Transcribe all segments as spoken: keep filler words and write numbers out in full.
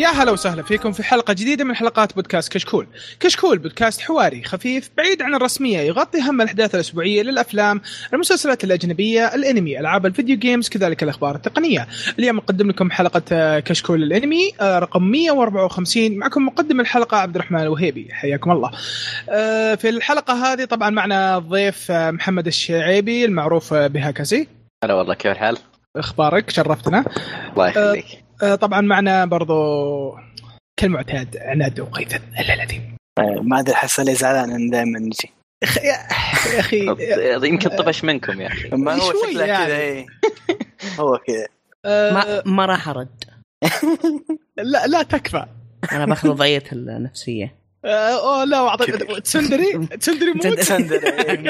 يا هلا وسهلا فيكم في حلقة جديدة من حلقات بودكاست كشكول. كشكول بودكاست حواري خفيف بعيد عن الرسمية، يغطي هم الأحداث الأسبوعية للأفلام، المسلسلات الأجنبية، الأنمي، ألعاب الفيديو جيمز، كذلك الأخبار التقنية. اليوم نقدم لكم حلقة كشكول الأنمي رقم مية وأربعة وخمسين. معكم مقدم الحلقة عبد الرحمن الوهيبي، حياكم الله. في الحلقة هذه طبعا معنا ضيف محمد الشعيبي المعروف بهاكسي. هلا والله، كيف الحال؟ اخبارك؟ شرفتنا. الله يخليك. طبعا معنا برضو كالمعتاد عناد وقيثم الذي ما ادري حصل زعلان ان دائما نجي يا اخي يمكن طفش منكم يا اخي. ما هو شكله يعني. كذا ايه هو كذا ما ما راح ارد. لا لا تكفى، انا باخذ وضعيه النفسيه. اوه لا وعطيت تسندري تسندري موت تسندري.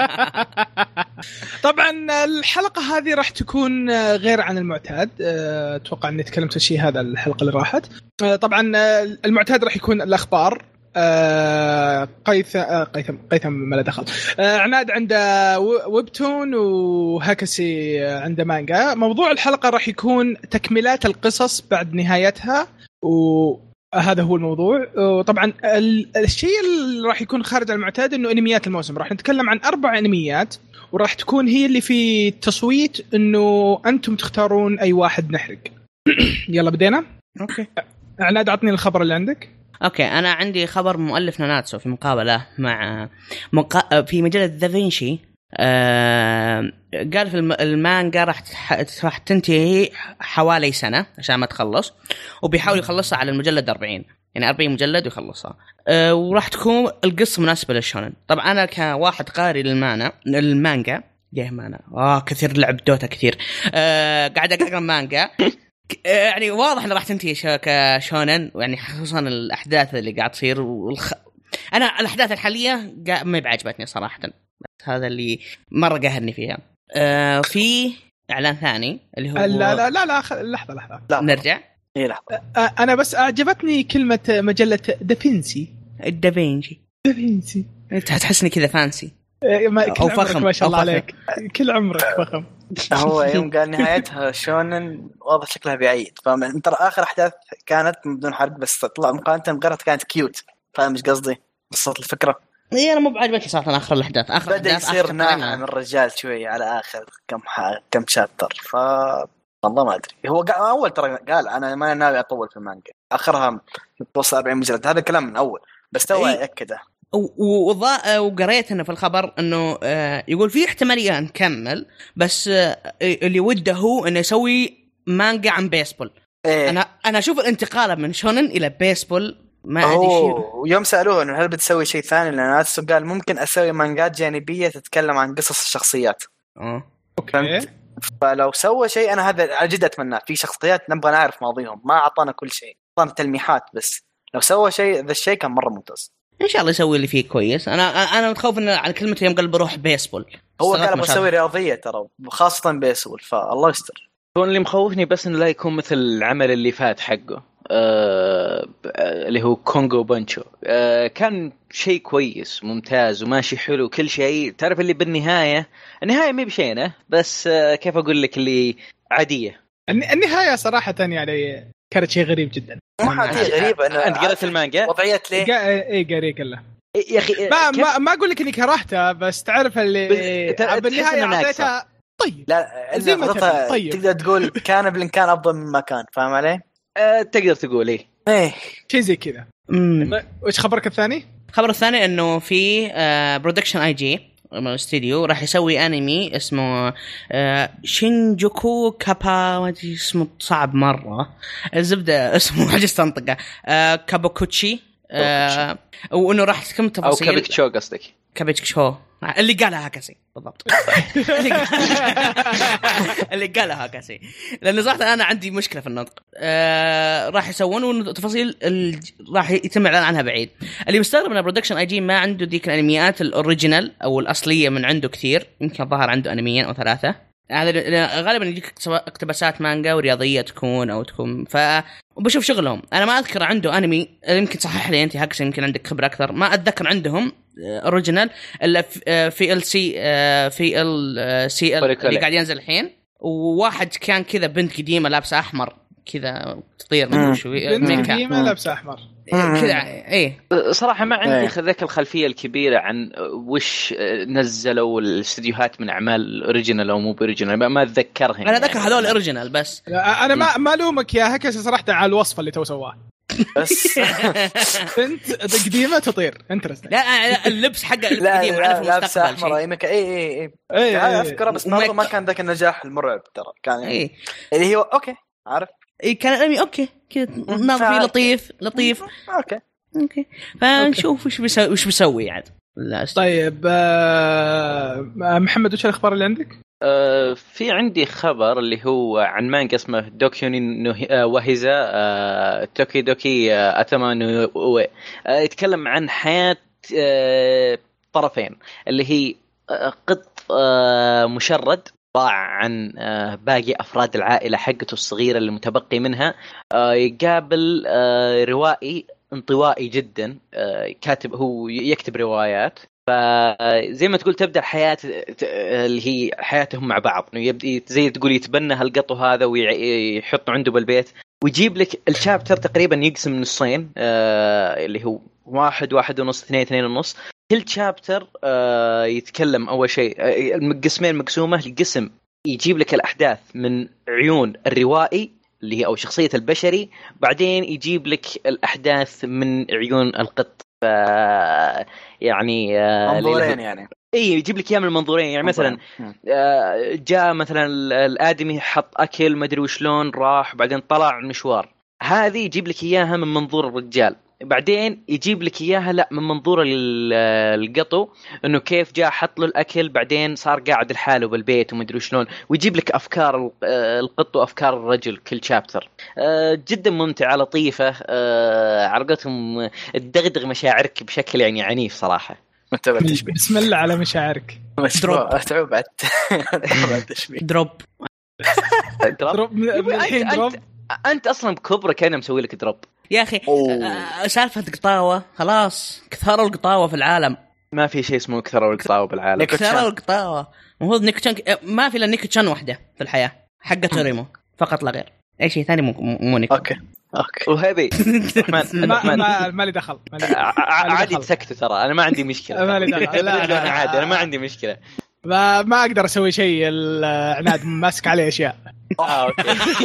طبعا الحلقه هذه راح تكون غير عن المعتاد. اتوقع اني تكلمت الشيء هذا الحلقه اللي راحت. طبعا المعتاد راح يكون الاخبار. قيث قيثم قيثم ما له دخل. عناد عنده ويبتون وهاكسي عنده مانجا. موضوع الحلقه راح يكون تكملات القصص بعد نهايتها، و هذا هو الموضوع. وطبعا الشيء اللي راح يكون خارج المعتاد انه انميات الموسم. راح نتكلم عن اربع انميات، وراح تكون هي اللي في تصويت انه انتم تختارون اي واحد نحرق. يلا بدينا. اوكي عناد عطني الخبر اللي عندك. اوكي انا عندي خبر مؤلف ناناتسو في مقابله مع مقا... في مجله دافينشي. آه... قال في المانجا راح راح تنتهي حوالي سنه عشان ما تخلص، وبيحاول يخلصها على المجلد أربعين، يعني أربعين مجلد ويخلصها. أه وراح تكون القصه مناسبه للشونن. طبعا انا كواحد قاري للمانا المانجا جه مانا اه كثير لعب دوتا كثير. أه قاعد اقرا مانجا يعني واضح انه راح تنتهي كشونن، يعني خصوصا الاحداث اللي قاعد تصير والخ... انا الاحداث الحاليه ما بعجبتني صراحه، هذا اللي مره قهرني فيها. أه في اعلان ثاني اللي هو لا لا لا لا لحظه لحظه لا. نرجع. اي لحظه. انا بس اعجبتني كلمه مجله دافينشي. دافينشي دافينشي انت هتحسني كذا فانسي او فخم. ما شاء الله عليك، كل عمرك فخم. هو يوم قال نهايتها شونن واضح شكلها بعيد. فاهم ترى اخر احداث كانت بدون حرق، بس طلع مقارنه بقرأت كانت كيوت. فاهم ايش قصدي؟ وصلت الفكره. اي انا مو بعجبتني صراحه اخر الاحداث. اخر بدا يصير ناعم الرجال شوي على اخر كم ح... كم شابتر. ف والله ما ادري. هو قال اول ترى قال انا ما ناوي اطول في المانجا، اخرها توصل أربعين مجلد. هذا الكلام من اول، بس تو ياكده. وقريت انه في الخبر انه يقول في احتماليه نكمل، بس اللي وده هو انه يسوي مانجا عن بيسبول. إيه؟ انا انا اشوف الانتقال من شونن الى بيسبول ما ادري شيء. ويوم سالوه انه هل بتسوي شيء ثاني لناتسو قال ممكن اسوي مانجات جانبيه تتكلم عن قصص الشخصيات. اه اوكي. فلو سوى شيء انا هذا على جد اتمناه. في شخصيات نبغى نعرف ماضيهم، ما اعطانا كل شيء، اعطانا تلميحات بس. لو سوى شيء ذا الشيء كان مره ممتاز. ان شاء الله يسوي اللي فيه كويس. انا انا متخوف انه على كلمه يوم قال بروح بيسبول. هو قال بسوي رياضيه ترى خاصه بيسبول، فالله يستر. هو اللي مخوفني بس انه لا يكون مثل العمل اللي فات حقه آه اللي هو كونغو بانشو. آه كان شيء كويس ممتاز وماشي حلو كل شيء. تعرف اللي بالنهايه النهايه ما بشينه، بس آه كيف اقول لك اللي عاديه. النهايه صراحه يعني كانت شيء غريب جدا. مو حاجه غريبه. انا انت قرأت المانجا وضعيه ليه اي قاري كله يا اخي. ما ما, ما اقول لك اني كرهتها، بس تعرف اللي بالنهايه عطيتها طيب. لا زي طيب. تقدر تقول كان بالامكان افضل مما كان. فاهم علي؟ أه تقدر تقول ايه ايه شيء زي كذا. وش خبرك الثاني؟ الخبر الثاني انه في آه برودكشن اي جي استوديو راح يسوي انمي اسمه آه شينجوكو كابا، ما ادري اسمه صعب مره. الزبده اسمه عجزت انطقه. آه كابوكوتشي. آه وانه راح تكون تفاصيل. او كابيكشو قصدك؟ كابيكشو اللي قالها هاكاسي بالضبط. اللي قالها هاكاسي، لأن صراحة أنا عندي مشكلة في النطق. آه راح يسوون تفاصيل ال... راح يتم الإعلان عنها بعيد. اللي مستغرب من برودكشن اي جي ما عنده ديك الأنميات الأوريجينال أو الأصلية من عنده كثير. يمكن ظهر عنده أنميين أو ثلاثة. هذا غالبا يجيك اقتباسات مانجا ورياضية تكون أو تكون. فبشوف شغلهم. أنا ما أذكر عنده أنمي، يمكن صحح لي أنت هاكسي يمكن عندك خبرة أكثر. ما أتذكر عندهم اوريجينال الا في ال سي في ال سي ال اللي قاعد ينزل الحين. وواحد كان كذا بنت قديمه لابسه احمر كذا تطير من شوي ميكا قديمه لابسه احمر كذا. ايه صراحه ما عندي ذاك الخلفيه الكبيره عن وش نزلوا الاستديوهات من اعمال اوريجينال او مو اوريجينال، ما اتذكرهم. انا ذكر هذول اوريجينال بس. انا ما ما الومك يا هكس صراحه على الوصفه اللي تو سواه بس بنت قديمه تطير انترست. لا اللبس حق القديم على في المستقبل اي مك اي اي اي هذا افكار، بس برضه ما كان ذاك النجاح المرعب ترى، كان يعني اللي هو اوكي عارف اي كان الانمي اوكي كذا ناظر فيه لطيف لطيف اوكي اوكي فنشوف وش بيسوي وش بيسوي عاد. طيب آه محمد وش الاخبار اللي عندك؟ آه في عندي خبر اللي هو عن مانجا اسمه دوكيوني وهيزا آه توكي دوكي آه اتاما نو اوي. آه يتكلم عن حياة آه طرفين اللي هي آه قط آه مشرد ضاع عن آه باقي أفراد العائلة حقته الصغيرة اللي متبقي منها. آه يقابل آه روائي انطوائي جدا آه كاتب هو يكتب روايات، فزي ما تقول تبدأ الحياة اللي هي حياتهم مع بعض، انه يبدأ زي تقول يتبنى هالقطو هذا ويحطه عنده بالبيت، ويجيب لك الشابتر تقريبا يقسم نصين آه اللي هو واحد واحد ونص اثنين اثنين ونص. كل شابتر آه يتكلم أول شيء آه القسمين مقسومة، القسم يجيب لك الأحداث من عيون الروائي اللي هي أو شخصية البشري، بعدين يجيب لك الأحداث من عيون القط. ف يعني آه منظورين يعني اي يجيب لك اياه من المنظورين. يعني مثلا آه جاء مثلا الآدمي حط أكل ما أدري وشلون راح بعدين طلع المشوار، هذه يجيب لك إياها من منظور الرجال، بعدين يجيب لك إياها لا من منظور القطو إنه كيف جاء حط له الأكل بعدين صار قاعد لحاله بالبيت وما أدري شلون، ويجيب لك أفكار القط وأفكار الرجل كل شابتر. جدا ممتعة لطيفة، عرقتهم تدغدغ مشاعرك بشكل يعني عنيف صراحة. بسم الله على مشاعرك. دروب تعب دروب دروب من الحين دروب. أنت أصلاً بكبرك كأنه مسوي لك دروب يا أخي. آه سالفة قطاوة خلاص، كثروا القطاوة في العالم. ما في شيء اسمه كثروا القطاوة بالعالم. كثروا القطاوة المفروض نيكوتشان ما في إلا نيكوتشان واحدة في الحياة حقة توريمو فقط لا غير، أي شيء ثاني مو مو نيكو. أوكي أوكي وهبي ما ما ما لي دخل عادي تسكتوا ترى أنا ما عندي مشكلة. ما لي دخل لا لا عادي أنا ما عندي مشكلة. ما ما أقدر أسوي شيء العناد ماسك عليه أشياء. آه أوكي.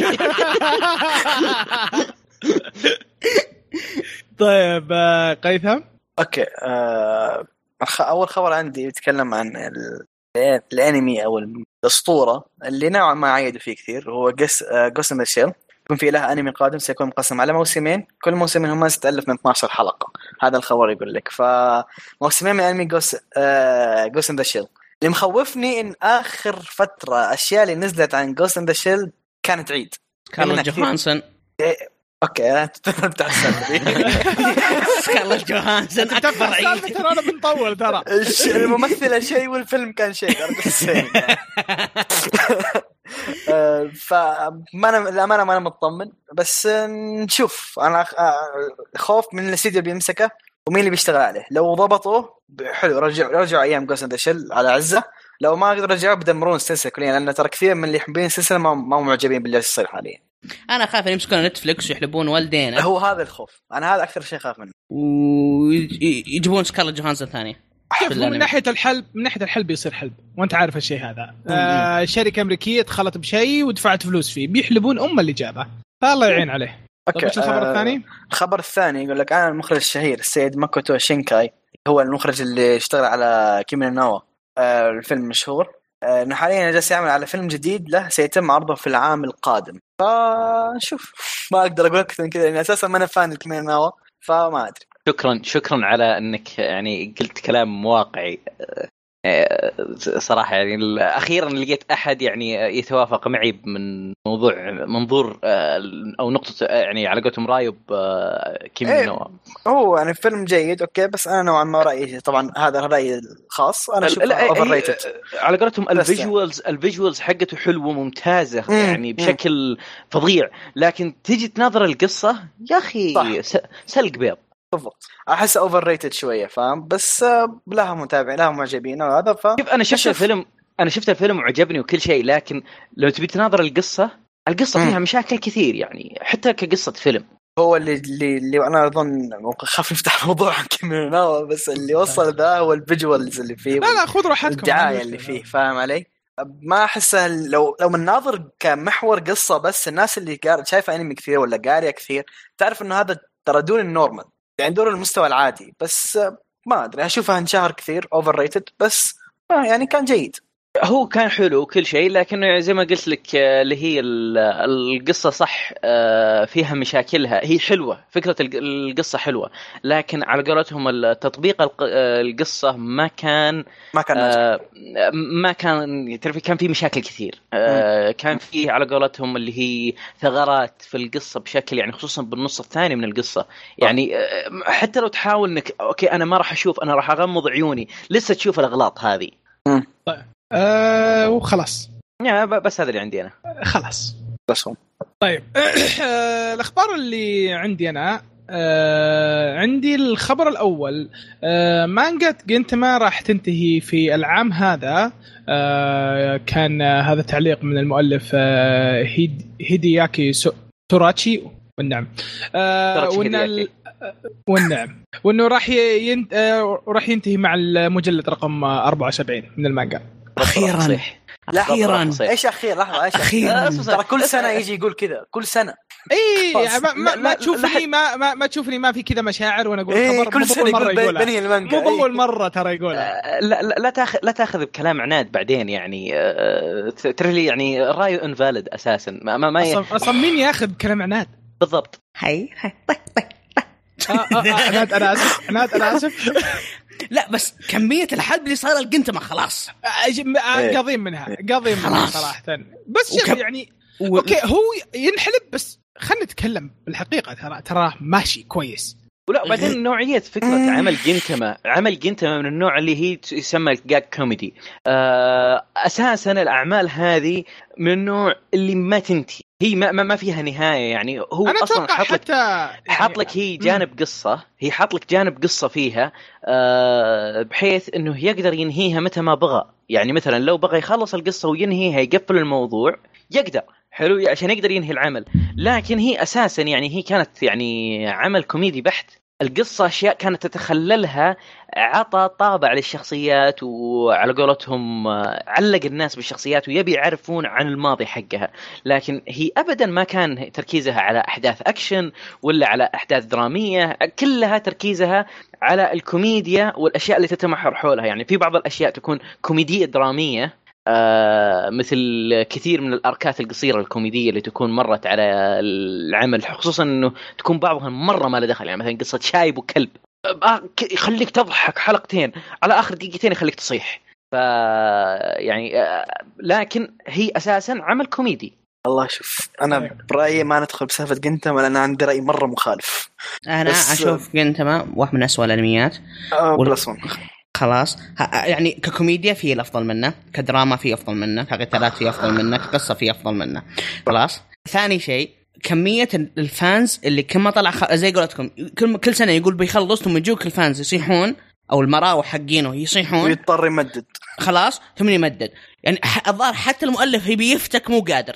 طيب قيثم. اوكي آه، اول خبر عندي يتكلم عن ال... الانمي او الاسطوره اللي نوعا ما عيدوا فيه كثير، هو جس جوست ان ذا شيل. يكون في له انمي قادم سيكون مقسم على موسمين، كل موسم منهم ستألف من اثنا عشر حلقه. هذا الخبر يقول لك فموسمين من انمي جوست جوست ان ذا شيل. اللي مخوفني ان اخر فتره اشياء اللي نزلت عن جوست ان ذا شيل كانت عيد. كارلوس جوهانسون اوكي انت بتاع كارلوس جوهانسون اكبر عيد. ترى انا بنطول ترى الممثله شيء والفيلم كان شيء. فما انا الامانه ما انا مطمن، بس نشوف. انا خوف من الاستديو اللي بيمسكه ومين اللي بيشتغل عليه. لو ضبطوه حلو رجعوا رجعوا ايام جوست ان ذا شيل على عزه، لو ما قدروا رجعوا بدمرون السلسله كليا، لان ترى كثير من اللي يحبين السلسله ما ما معجبين باللي يصير حاليا. انا خايف ان يمسكون نتفليكس ويحلبون والدين. هو هذا الخوف، انا هذا اكثر شيء خاف منه. ويجيبون سكارلت جوهانسون ثانيه. من ناحيه الحلب من ناحيه الحلب يصير حلب، وانت عارف الشيء هذا. آه شركه امريكيه دخلت بشيء ودفعت فلوس فيه، بيحلبون ام اللي جابه، فالله يعين عليه. اوكي طيب الخبر آه الثاني. الخبر الثاني يقول لك انا المخرج الشهير السيد ماكوتو شينكاي، هو المخرج اللي اشتغل على كيمي نو آه الفيلم المشهور، آه انه حاليا جالس يعمل على فيلم جديد له سيتم عرضه في العام القادم. فنشوف، ما اقدر اقول اكثر من كذا لان اساسا ما انا فان كيمي نو، فما ادري. شكرا شكرا على انك يعني قلت كلام واقعي صراحه. يعني اخيرا لقيت احد يعني يتوافق معي من موضوع منظور او نقطه يعني على قولتهم رايب كيمي إيه نو. هو يعني فيلم جيد اوكي، بس انا نوعا ما رايي طبعا هذا رايي الخاص، انا اشوف اوفر ريتد على قولتهم. الفيجوالز الفيجوالز حقته حلوه ممتازه مم. يعني بشكل مم. فظيع، لكن تيجي تناظر القصه يا اخي سلق بيض. بالضبط، احس اوفر ريتد شويه فاهم، بس لها متابعين لها معجبين وهذا. ف انا شفت الفيلم انا شفت الفيلم وعجبني وكل شيء، لكن لو تبي تناظر القصه القصه مم. فيها مشاكل كثير يعني حتى كقصه فيلم. هو اللي اللي, اللي انا اظن خاف نفتح موضوع كمان بس اللي وصل ذا هو الفيجوالز اللي فيه لا لا خذ راحتكم الدعايه اللي فيه فاهم علي. ما احسه لو لو من ناظر كمحور قصه بس الناس اللي قاعد شايفه انمي كثير ولا قاريه كثير تعرف انه هذا ترى دون النورمال يعني دون المستوى العادي بس ما ادري اشوفها انشهر كثير اوفر ريتد بس يعني كان جيد. هو كان حلو وكل شيء لكن زي ما قلت لك اللي هي القصة صح فيها مشاكلها. هي حلوة فكرة القصة حلوة لكن على قولتهم التطبيق القصة ما كان ما كان ما كان تعرفي كان في مشاكل كثير. كان في على قولتهم اللي هي ثغرات في القصة بشكل يعني خصوصا بالنص الثاني من القصة يعني حتى لو تحاول انك اوكي انا ما راح اشوف انا راح اغمض عيوني لسه تشوف الاغلاط هذه. طيب أه وخلاص يعني بس هذا اللي عندي أنا خلاص بس هم. طيب أه الأخبار اللي عندي أنا أه عندي الخبر الأول أه مانجا جنتما راح تنتهي في العام هذا. أه كان هذا تعليق من المؤلف أه هيد هيدياكي توراتشي والنعم أه وإن والنعم وإنه راح ين... أه راح ينتهي مع المجلد رقم أربعة وسبعين من المانجا. أخيرا أخيرا إيش أخير لحظة إيش أخيرا ترى كل سنة يجي يقول كذا كل سنة إيه يعني ما, ما, ما تشوفني ما ما, ما تشوفني ما في كذا مشاعر وأنا أقول إيه خبر كل سنة يقول بني المانجا مو أول مرة ترى يقولها. لا لا لا تاخذ لا تاخذ بكلام عناد بعدين يعني ترى لي يعني رأيه انفاليد أساسا ما ما, ما أصلا, أصلا مين ياخذ بكلام عناد بالضبط. هاي هاي طيب طيب عناد أنا آسف عناد أنا آسف لا بس كمية الحلب اللي صار الجنتما خلاص قاضين منها قاضين منها صراحة بس وكب... يعني و... أوكي هو ينحلب بس خلنا نتكلم بالحقيقة ترى ترى ماشي كويس. ولا بعدين نوعية فكرة عمل جنتما عمل جنتما من النوع اللي هي يسمى الجاك كوميدي. أساسا الأعمال هذه من النوع اللي ما تنتهي هي ما ما فيها نهاية يعني هو أنا أصلا حاط لك حاط لك هي جانب مم. قصة هي حاط لك جانب قصة فيها بحيث إنه يقدر ينهيها متى ما بغى يعني مثلا لو بغى يخلص القصة وينهيها يقفل الموضوع يقدر حلو عشان يقدر ينهي العمل. لكن هي أساسا يعني هي كانت يعني عمل كوميدي بحت. القصة أشياء كانت تتخللها عطى طابع للشخصيات وعلى قولتهم علق الناس بالشخصيات ويبي يعرفون عن الماضي حقها. لكن هي أبدا ما كان تركيزها على أحداث أكشن ولا على أحداث درامية كلها تركيزها على الكوميديا والأشياء اللي تتمحور حولها. يعني في بعض الأشياء تكون كوميدية درامية آه مثل كثير من الأركات القصيرة الكوميدية اللي تكون مرت على العمل خصوصا أنه تكون بعضها مرة ما له دخل يعني مثلا قصة شايب وكلب آه يخليك تضحك حلقتين على آخر دقيقتين يخليك تصيح ف يعني آه لكن هي أساسا عمل كوميدي. الله شوف أنا برأيي ما ندخل بسالفة جنتما لأن عندي رأي مرة مخالف. أنا أشوف جنتما واحد من أسوأ الأنميات آه وال... خلاص يعني ككوميديا فيه الأفضل منه كدراما فيه أفضل منه كقتالات فيه أفضل منه كقصة فيه أفضل منه خلاص. ثاني شيء كمية الفانز اللي كما طلع خ... زي قولتكم كل كل سنة يقول بيخلص ثم يجوك الفانز يصيحون أو المراوح حقينه يصيحون ويضطر يمدد خلاص ثم يمدد يعني الظاهر حتى المؤلف يبي يفتك مو قادر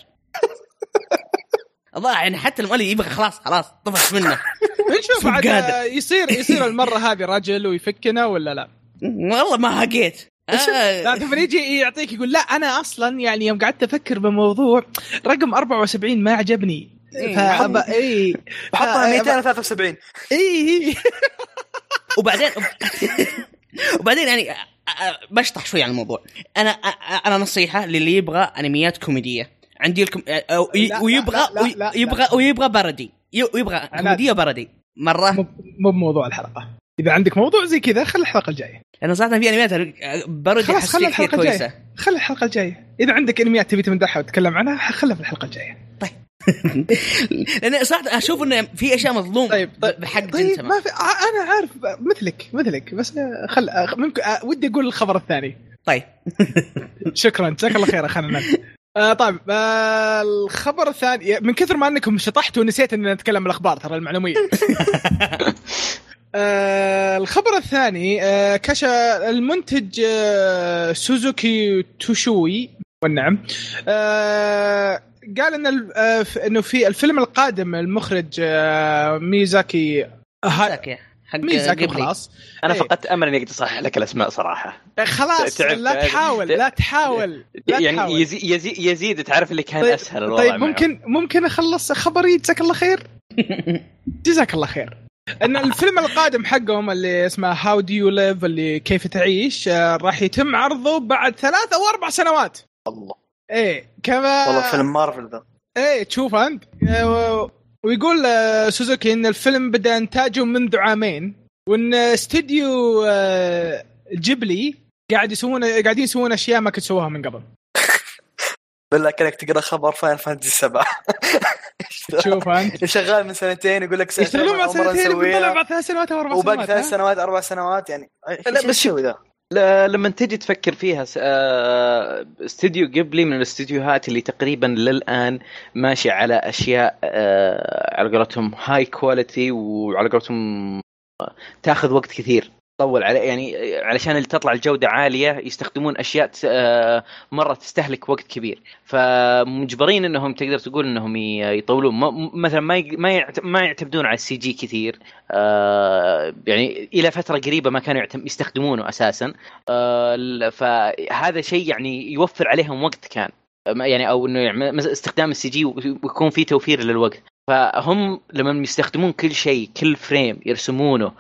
الظاهر يعني حتى المؤلف يبغى خلاص خلاص طفش منه نشوف بعد يصير يصير المرة هذه رجل ويفكنا ولا لا والله ما هقيت آه. لا تفهم يجي يعطيك يقول لا أنا أصلا يعني يوم قعدت أفكر بموضوع رقم أربعة وسبعين ما عجبني فأبا إيه بحطها مئتين وثلاثة وسبعين إيه وبعدين وبعدين يعني بشطح شوي عن الموضوع. أنا أنا نصيحة للي يبغى أنميات كوميدية عندي لكم ويبغى ويبغى ويبغى بردي ويبغى كوميدية بردي مرة مو بموضوع الحلقة. إذا عندك موضوع زي كذا خلي الحلقة الجاية. أنا صراحة في أنميات بردي خلي الحلقة الجاية. خلي الحلقة الجاية. إذا عندك أنميات تبي تمدحها وتتكلم عنها خلها في الحلقة الجاية. طيب. لأن صراحة أشوف إنه في أشياء مظلوم طيب. طيب. بحق طيب. جنتما. ما في أنا عارف مثلك مثلك بس خل ممكن ودي أقول الخبر الثاني. طيب. شكرا جزاك الله خير أخانا. آه طيب آه الخبر الثاني من كثر ما أنكم شطحتوا ونسيت أن نتكلم الأخبار ترى المعلومية. آه الخبر الثاني آه كشف المنتج آه سوزوكي توشوي والنعم آه قال ان آه انه في الفيلم القادم المخرج آه ميزاكي ميزاكي حق ميزاكي خلاص. انا ايه. فقدت امل اني اقدر اصحح لك الاسماء صراحه. خلاص لا تحاول لا تحاول لا يعني تحاول. يزيد, يزيد يزيد تعرف اللي كان طيب اسهل الوضع. طيب ممكن معه. ممكن اخلص خبري جزاك الله خير. جزاك الله خير. ان الفيلم القادم حقهم اللي اسمه هاو دو يو ليف اللي كيف تعيش آه راح يتم عرضه بعد ثلاث او اربع سنوات. الله. ايه كما والله فيلم مارفل ذا. ايه تشوف انت. ويقول آه سوزوكي ان الفيلم بدا انتاجه منذ عامين وان استوديو آه جيبلي قاعد يسوون قاعدين يسوون اشياء ما كنت سووها من قبل. بالله كانك تقرا خبر فاين فانتسي سبعة. شوف انت شغال من سنتين يقول لك يشتغلون مع سنتين يقول بعد ثلاث سنوات او اربع سنوات وباقي ثلاث سنوات اربع سنوات يعني. لا بس شو ذا لما تجي تفكر فيها استوديو جيبلي من الاستديوهات اللي تقريبا للآن ماشي على أشياء على قولتهم هاي كواليتي وعلى قولتهم تاخذ وقت كثير طول على يعني علشان اللي تطلع الجودة عالية يستخدمون أشياء مرة تستهلك وقت كبير فمجبرين إنهم تقدر تقول إنهم يطولون مثلا ما ما يعتمدون على السي جي كثير يعني إلى فترة قريبة ما كانوا يستخدمونه أساسا فهذا شيء يعني يوفر عليهم وقت كان يعني أو إنه يعني استخدام السي جي ويكون فيه توفير للوقت فهم لما يستخدمون كل شيء كل فريم يرسمونه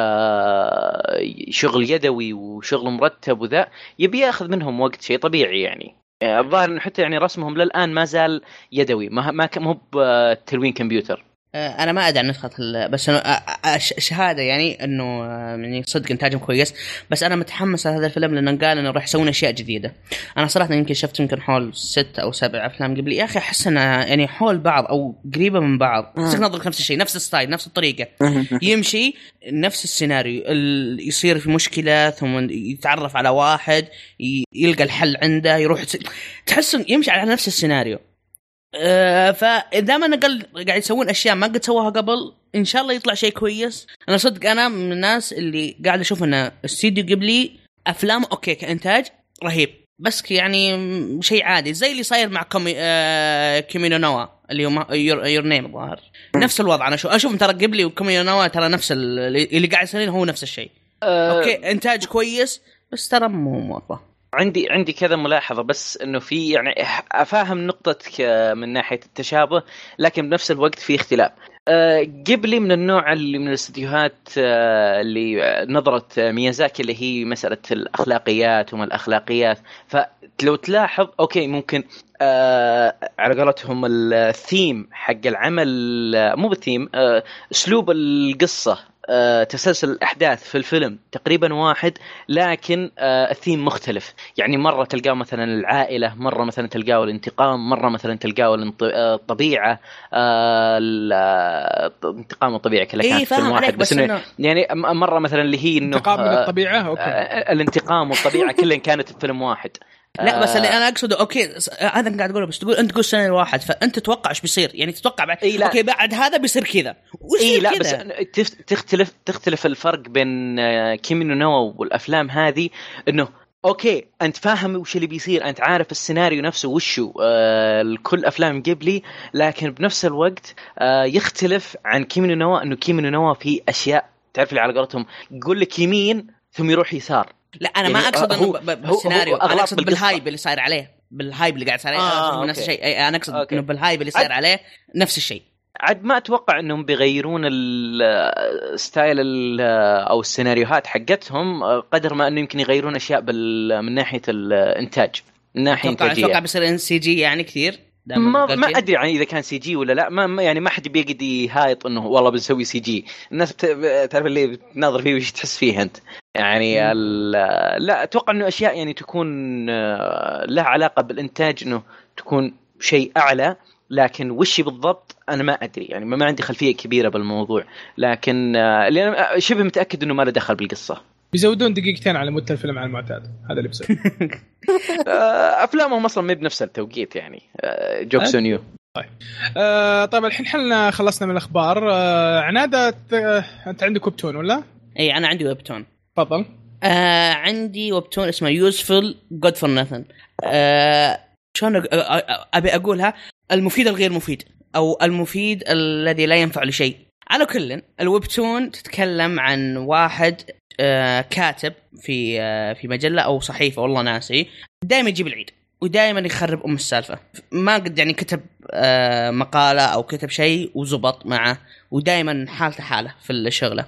آه شغل يدوي وشغل مرتب وذا يبي ياخذ منهم وقت شيء طبيعي يعني الظاهر انه حتى يعني رسمهم للآن ما زال يدوي ما ما مو بتلوين كمبيوتر. انا ما ادري ندخل بس انا شهاده يعني انه يعني صدق انتاجهم كويس بس انا متحمس لهذا الفيلم لانه قال انه راح يسوون اشياء جديده. انا صراحه يمكن شفت يمكن حول ست او سبع افلام قبل يا اخي احس انها يعني حول بعض او قريبه من بعض بس نظرك نفس الشيء نفس الستايل نفس الطريقه يمشي نفس السيناريو يصير في مشكله ثم يتعرف على واحد يلقى الحل عنده يروح تحس يمشي على نفس السيناريو. أه فإذا ما نقل قاعد يسوون أشياء ما قد سووها قبل إن شاء الله يطلع شيء كويس. أنا صدق أنا من الناس اللي قاعد أشوف أن استوديو جيبلي أفلام أوكي كإنتاج رهيب بس يعني شيء عادي زي اللي صاير مع كومي آه كيمينو نوا اللي هو يور نيم الظاهر نفس الوضع. أنا أشوف أشوف ترى جيبلي وكيمينو نوا ترى نفس اللي قاعد يسوين هو نفس الشيء أه أوكي إنتاج كويس بس ترى مو مرة. عندي عندي كذا ملاحظة بس إنه في يعني أفهم نقطتك من ناحية التشابه لكن بنفس الوقت في اختلاف. جيبلي من النوع اللي من الاستديوهات اللي نظرت ميازاكي اللي هي مسألة الأخلاقيات وما الأخلاقيات فلو تلاحظ أوكي ممكن على قولتهم الثيم حق العمل مو بالثيم أسلوب القصة أه، تسلسل الأحداث في الفيلم تقريبا واحد لكن أه، الثيم مختلف يعني مرة تلقاه مثلا العائلة مرة مثلا تلقاه الانتقام مرة مثلا تلقاه الطبيعة أه، الانتقام والطبيعة كلها كانت فيلم واحد بس إنه يعني مرة مثلا اللي هي إنه انتقام من الطبيعة أوكي. أه، الانتقام والطبيعة كلها كانت في فيلم واحد. لا بس اللي انا اقصده اوكي هذا قاعد اقوله بس تقول انت تقول سنه الواحد فانت تتوقع ايش بيصير يعني تتوقع بعد إيه اوكي بعد هذا بيصير كذا اي لا بس تختلف تختلف الفرق بين كيمينو نوا والافلام هذه انه اوكي انت فاهم وش اللي بيصير انت عارف السيناريو نفسه وشو آه كل افلام جيبلي لكن بنفس الوقت آه يختلف عن كيمينو نوا انه كيمينو نوا في اشياء تعرف اللي على قولتهم يقول لك يمين ثم يروح يسار. لا انا يعني ما اقصد انه بالسيناريو انا اقصد بالهايب اللي صاير عليه بالهايب اللي قاعد صار عليه آه نفس الشيء انا اقصد انه بالهايب اللي صاير عليه نفس الشيء. عاد ما اتوقع انهم بيغيرون الستايل او السيناريوهات حقتهم قدر ما انه يمكن يغيرون اشياء من ناحيه الانتاج من ناحيه انتاجيه. اتوقع بيصير ان سي جي يعني كثير ما ما ادري يعني اذا كان سي جي ولا لا ما يعني ما حد بيقدر يهايط انه والله بنسوي سي جي. الناس تعرف اللي بتناظر فيه وش تحس فيه انت يعني لا اتوقع انه اشياء يعني تكون لها علاقه بالانتاج انه تكون شيء اعلى لكن وش بالضبط انا ما ادري يعني ما عندي خلفيه كبيره بالموضوع لكن اللي انا شبه متاكد انه ما له دخل بالقصه. بيزودون دقيقتين على مدة الفيلم على المعتاد هذا اللي بيصير. افلامهم اصلا ما بنفس التوقيت يعني جوكس اون يو. طيب آه طيب الحين حنا خلصنا من الاخبار. آه عناده انت عندك ويبتون ولا؟ اي انا عندي ويبتون. تفضل. آه عندي ويبتون اسمه يوسفل جود فور نثين. آه شلون ابي اقولها المفيد الغير مفيد او المفيد الذي لا ينفع لشيء. على كل الويبتون تتكلم عن واحد آه كاتب في آه في مجله او صحيفه والله ناسي، دائما يجيب العيد ودائما يخرب ام السالفه. ما قد يعني كتب آه مقاله او كتب شيء وزبط معه، ودائما حالته حاله في الشغله.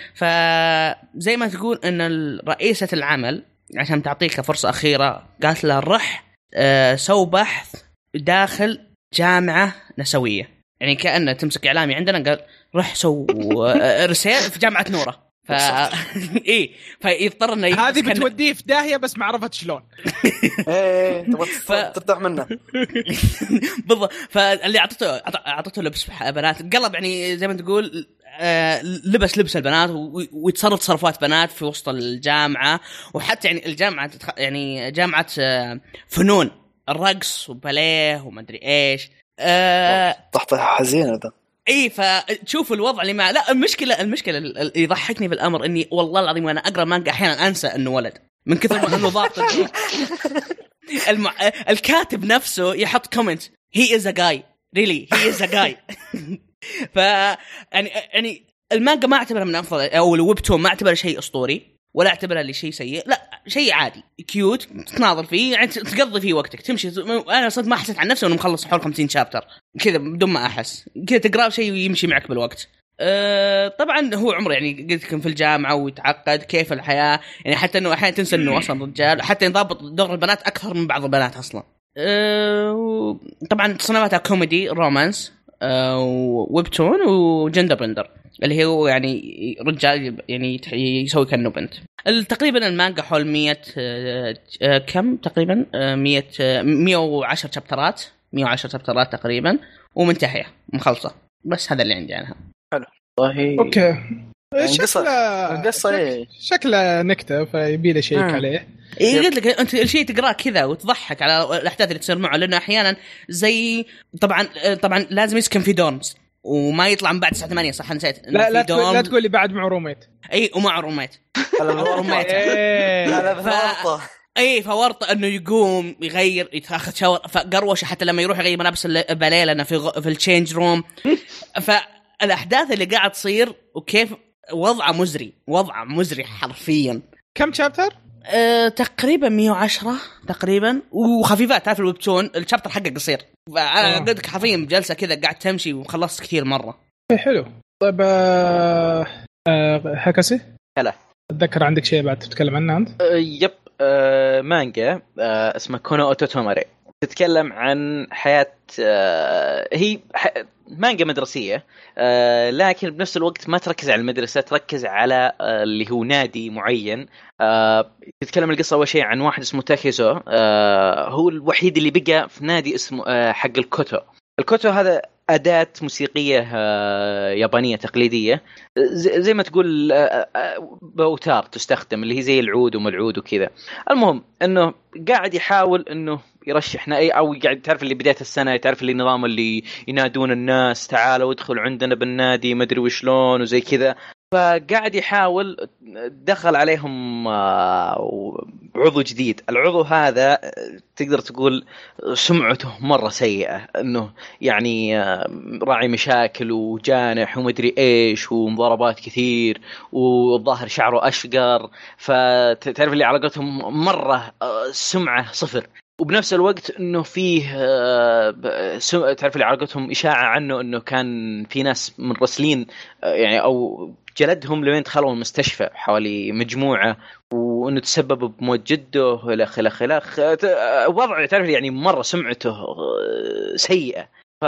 فزي ما تقول ان رئيسه العمل عشان تعطيك فرصه اخيره قالت له رح آه سو بحث داخل جامعه نسويه، يعني كأنه تمسك اعلامي عندنا قال رح سو رسالة في جامعة نورة. ف ايه فيضطر انه هذه بتوديه في داهية بس ما عرفت شلون. ايه تبغى ترتاح منه بالضبط. فاللي اعطته اعطته لبس بنات قلب، يعني زي ما تقول آه لبس لبس البنات ويتصرف تصرفات بنات في وسط الجامعة. وحتى يعني الجامعة يعني جامعة آه فنون الرقص وباليه وما ادري ايش آه تحت حزينة ده. اي فتشوف الوضع اللي ما لا المشكله المشكله اللي يضحكني بالامر اني والله العظيم وانا اقرا مانجا احيانا انسى انه ولد من كثر ما انه ضاغط. المع... الكاتب نفسه يحط كومنت هي از ا جاي ريلي هي از ا جاي. ف يعني يعني المانجا ما اعتبرها من افضل او الويبتون ما اعتبرها شيء اسطوري ولا اعتبرها لي شيء سيء، لا شيء عادي كيوت تناظر فيه يعني تقضي فيه وقتك تمشي. انا صدق ما حسيت عن نفسي وانا مخلص حول خمسين شابتر كذا بدون ما احس كذا تقرا شيء ويمشي معك بالوقت. أه طبعا هو عمره يعني قلت لكم في الجامعه ويتعقد كيف الحياه، يعني حتى انه احيانا تنسى انه اصلا رجال، حتى يضبط دور البنات اكثر من بعض البنات اصلا. أه طبعا تصنيفاتها كوميدي رومانس أه ويبتون وجندر بندر اللي هو يعني رجال يعني يسوي كأنه بنت. تقريبا المانجا حول مية كم تقريبا مية مية وعشرة شابترات مية وعشرة شابترات تقريبا ومنتهية مخلصة. بس هذا اللي عندي عنها. حلو والله. اوكي شكله قصة ايه شكله نكتة فيبي له شيك عليه. إيه قلت لك أنت الشيء تقرأ كذا وتضحك على الأحداث اللي تصير معه، لأنه أحيانا زي طبعا طبعا لازم يسكن في دورمز وما يطلع من بعد الساعة ثمانية صح نسيت. لا لا تقول لا تقول لي بعد مع روميت. اي ومع روميت روميت لا لا ف... اي فورطه انه يقوم يغير يتاخذ شاور فقروشه حتى لما يروح يغير ملابس الباليه لانه في غ... في التشينج روم. فالاحداث اللي قاعد تصير وكيف وضعه مزري وضعه مزري حرفيا. كم شابتر؟ أه تقريبا مية وعشرة تقريبا وخفيفات. تعرف الويبتون الشابتر حقه قصير انا قلت لك حرفيا بجلسه كذا قاعد تمشي وخلصت كثير مره. حلو. طيب آه... آه... هكاسي هلا اتذكر عندك شيء بعد تتكلم عنه انت؟ أه يب أه مانجا أه اسمها كونو اوتوتوماري تتكلم عن حياة أه هي ح... مانجا مدرسية أه لكن بنفس الوقت ما تركز على المدرسة تركز على أه اللي هو نادي معين. أه تتكلم القصة أول شيء عن واحد اسمه تاكيزو أه هو الوحيد اللي بقى في نادي اسمه أه حق الكوتو. الكوتو هذا أداة موسيقية أه يابانية تقليدية زي ما تقول أه بأوتار تستخدم اللي هي زي العود وملعود وكذا. المهم أنه قاعد يحاول أنه يرشحنا أي أو قاعد تعرف اللي بداية السنة تعرف اللي النظام اللي ينادون الناس تعالوا ادخل عندنا بالنادي ما أدري وشلون وزي كذا. فقاعد يحاول دخل عليهم عضو جديد. العضو هذا تقدر تقول سمعته مرة سيئة انه يعني راعي مشاكل وجانح ومدري ايش ومضاربات كثير والظاهر شعره اشقر. فتعرف اللي علاقتهم مرة سمعة صفر. وبنفس الوقت انه فيه تعرف اللي علاقتهم اشاعة عنه انه كان في ناس من رسلين يعني او جلدهم لين دخلوا المستشفى حوالي مجموعة وانه تسبب بموت جده الى اخره الى اخره. وضع تعرف يعني مرة سمعته سيئة.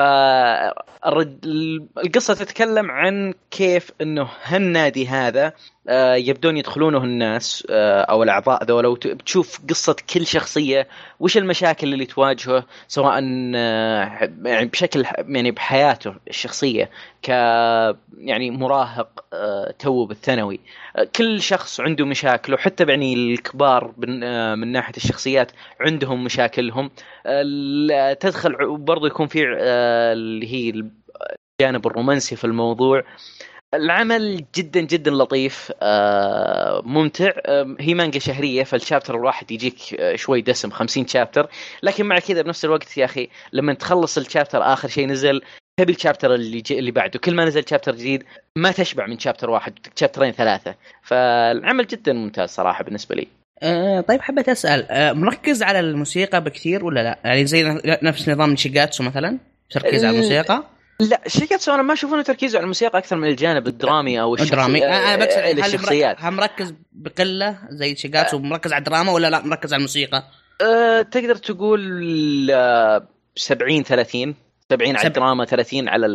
فالقصة تتكلم عن كيف انه هالنادي هذا يبدون يدخلونه الناس او الاعضاء ذولا وتشوف قصة كل شخصية وش المشاكل اللي تواجهه سواء يعني بشكل يعني بحياته الشخصية ك يعني مراهق تو بالثانوي. كل شخص عنده مشاكل وحتى يعني الكبار من ناحية الشخصيات عندهم مشاكلهم. تدخل برضو يكون في اللي هي الجانب الرومانسي في الموضوع. العمل جدا جدا لطيف، آه ممتع. آه هي مانجا شهريه، فالشابتر الواحد يجيك آه شوي دسم، خمسين شابتر، لكن مع كذا بنفس الوقت يا اخي لما تخلص الشابتر اخر شيء نزل تبي الشابتر اللي اللي بعده، كل ما نزل شابتر جديد ما تشبع من شابتر واحد، شابترين ثلاثه، فالعمل جدا ممتاز صراحه بالنسبه لي. أه طيب حبيت اسال، أه مركز على الموسيقى بكثير ولا لا؟ يعني زي نفس نظام شيغاتسو مثلا تركيز على الموسيقى؟ لا شيغاتسو انا ما اشوف انه تركيزه على الموسيقى اكثر من الجانب الدرامي او الدرامي. انا بقصد الشخصيات. هل مركز بقله زي شيغاتسو مركز على الدراما ولا لا مركز على الموسيقى؟ أه تقدر تقول سبعين ثلاثين، سبعين على الدراما ثلاثين على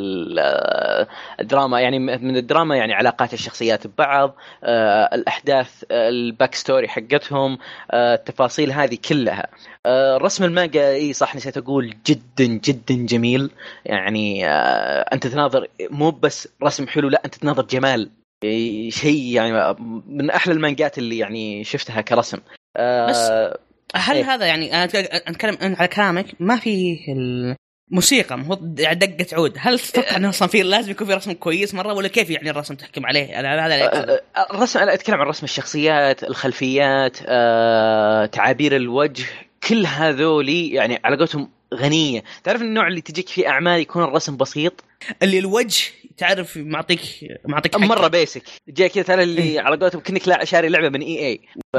الدراما، يعني من الدراما يعني علاقات الشخصيات ببعض، أه الأحداث، الباك ستوري حقتهم، أه التفاصيل هذه كلها. أه رسم المانجا اي صح نسيت اقول جدا جدا جميل، يعني أه انت تناظر مو بس رسم حلو، لا انت تناظر جمال، شيء يعني من احلى المانجات اللي يعني شفتها كرسم. أه بس هل إيه؟ هذا يعني انا اتكلم على كلامك ما في موسيقى مو دقة عود، هل تتوقع انه اصلا في لازم يكون في رسم كويس مره ولا كيف يعني الرسم تحكم عليه؟ انا هذا الرسم انا اتكلم عن رسم الشخصيات، الخلفيات، آه، تعابير الوجه، كل هذولي يعني علاقتهم غنيه. تعرف النوع اللي تجيك في اعمال يكون الرسم بسيط، اللي الوجه تعرف معطيك معطيك مره بيسك، جاي كذا ترى اللي على قولتهم كأنك لا شاري لعبه من اي اي ف...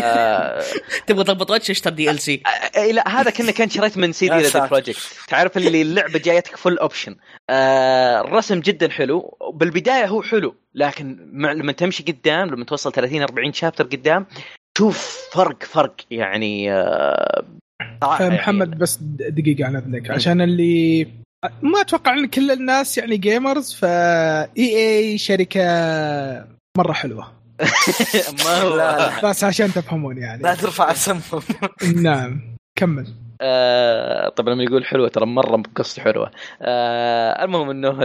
تبغى تضبط وجه اشتري دي ال سي. لا هذا كنا كان شريت من سي دي ريد بروجكت، تعرف اللي اللعبه جايتك فل اوبشن. آه الرسم جدا حلو بالبدايه، هو حلو لكن لما تمشي قدام، لما توصل ثلاثين أربعين شابتر قدام شوف فرق فرق يعني. آه محمد يعني بس دقيقه عن اذنك عشان اللي ما اتوقع ان كل الناس يعني جيمرز، فا اي اي شركه مره حلوه ما هو لا بس عشان تفهمون يعني لا ترفع اسمهم. نعم كمل. آه طبعا لما يقول حلوه ترى مره قصه حلوه. آه المهم انه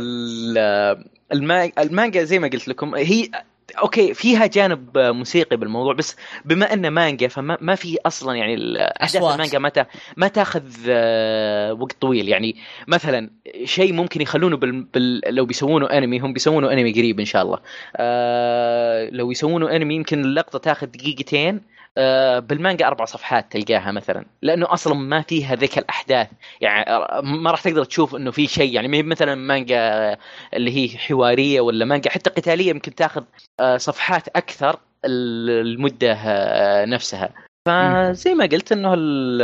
المانجا زي ما قلت لكم هي اوكي فيها جانب موسيقي بالموضوع، بس بما انه مانجا فما ما في اصلا يعني احداث المانجا ما ما تاخذ وقت طويل. يعني مثلا شيء ممكن يخلونه بال... بال... لو بيسوونه انمي، هم بيسوونه انمي قريب ان شاء الله، آه... لو يسوونه انمي يمكن اللقطه تاخذ دقيقتين، آه بالمانجا أربع صفحات تلقاها مثلا، لأنه أصلا ما فيها ذيك الأحداث، يعني ما راح تقدر تشوف إنه في شيء. يعني مثلا مانجا اللي هي حوارية ولا مانجا حتى قتالية يمكن تاخذ آه صفحات أكثر المدة آه نفسها. فزي ما قلت إنه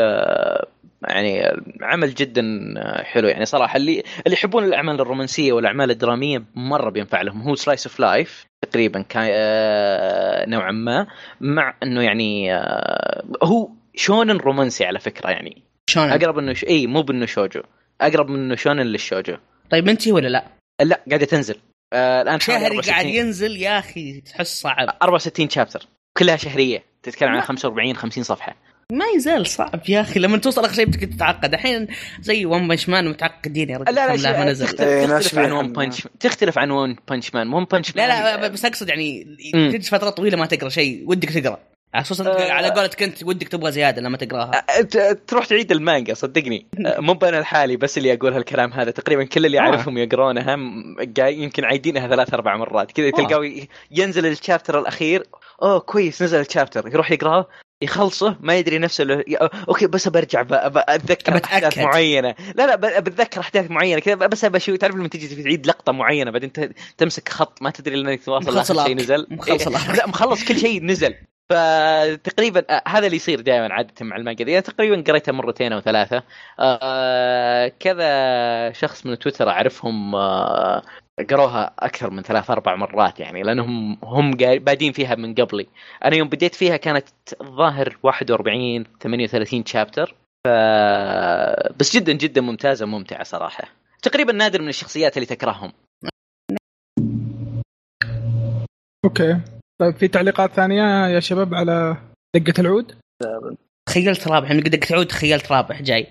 يعني عمل جدا حلو يعني صراحة. اللي اللي يحبون الأعمال الرومانسية والأعمال الدرامية مرة بينفع لهم. هو سلايس اوف لايف تقريبا كان نوعا ما، مع انه يعني هو شونن رومانسي على فكرة، يعني شونن اقرب انه ش... اي مو بانه شوجو، اقرب منه شونن للشوجو. طيب انتي ولا لا؟ لا قاعدة تنزل آه الان شهري قاعد ينزل يا اخي تحس صعب. أربعة وستين شابتر كلها شهرية، تتكلم عن خمسة وأربعين خمسين صفحة. ما يزال صعب يا اخي لما توصل اخر شيء بدك تتعقد. الحين زي ون بنش مان متعقدين يا رجل. لا لا, لا نزل. تختلف عن ون بنش تختلف عن ون بنش مان. ون بنش مان لا لا بس اقصد يعني تجلس فتره طويله ما تقرا شيء ودك تقرا، خصوصا أه على قولتك كنت ودك تبغى زياده لما تقراها تروح تعيد المانجا. صدقني مو انا الحالي بس اللي اقول هالكلام هذا، تقريبا كل اللي اعرفهم يقرونها يمكن عايدينها ثلاث اربع مرات كذا. تلقاه ينزل الشابتر الاخير اوه كويس نزل الشابتر، يروح يقراه يخلصه ما يدري نفسه له... اوكي بس برجع اتذكر احداث معينه. لا لا بتذكر احداث معينه كذا بس بشوف. تعرف لما تيجي تعيد لقطه معينه بعدين تمسك خط ما تدري انك تواصل شيء نزل مخلص لا مخلص كل شيء نزل. فتقريبا هذا اللي يصير دائما عاده مع المانجا دي. تقريبا قريتها مرتين او ثلاثه. آه كذا شخص من تويتر اعرفهم آه قروها أكثر من ثلاث أربع مرات، يعني لأنهم هم بادين فيها من قبلي. أنا يوم بديت فيها كانت الظاهر واحد وأربعين ثمانية وثلاثين شابتر. ف... بس جدا جدا ممتازة ممتعة صراحة. تقريبا نادر من الشخصيات اللي تكرههم. أوكي طيب في تعليقات ثانية يا شباب على دقة العود؟ تخيلت رابح من دقة العود، تخيلت رابح جاي.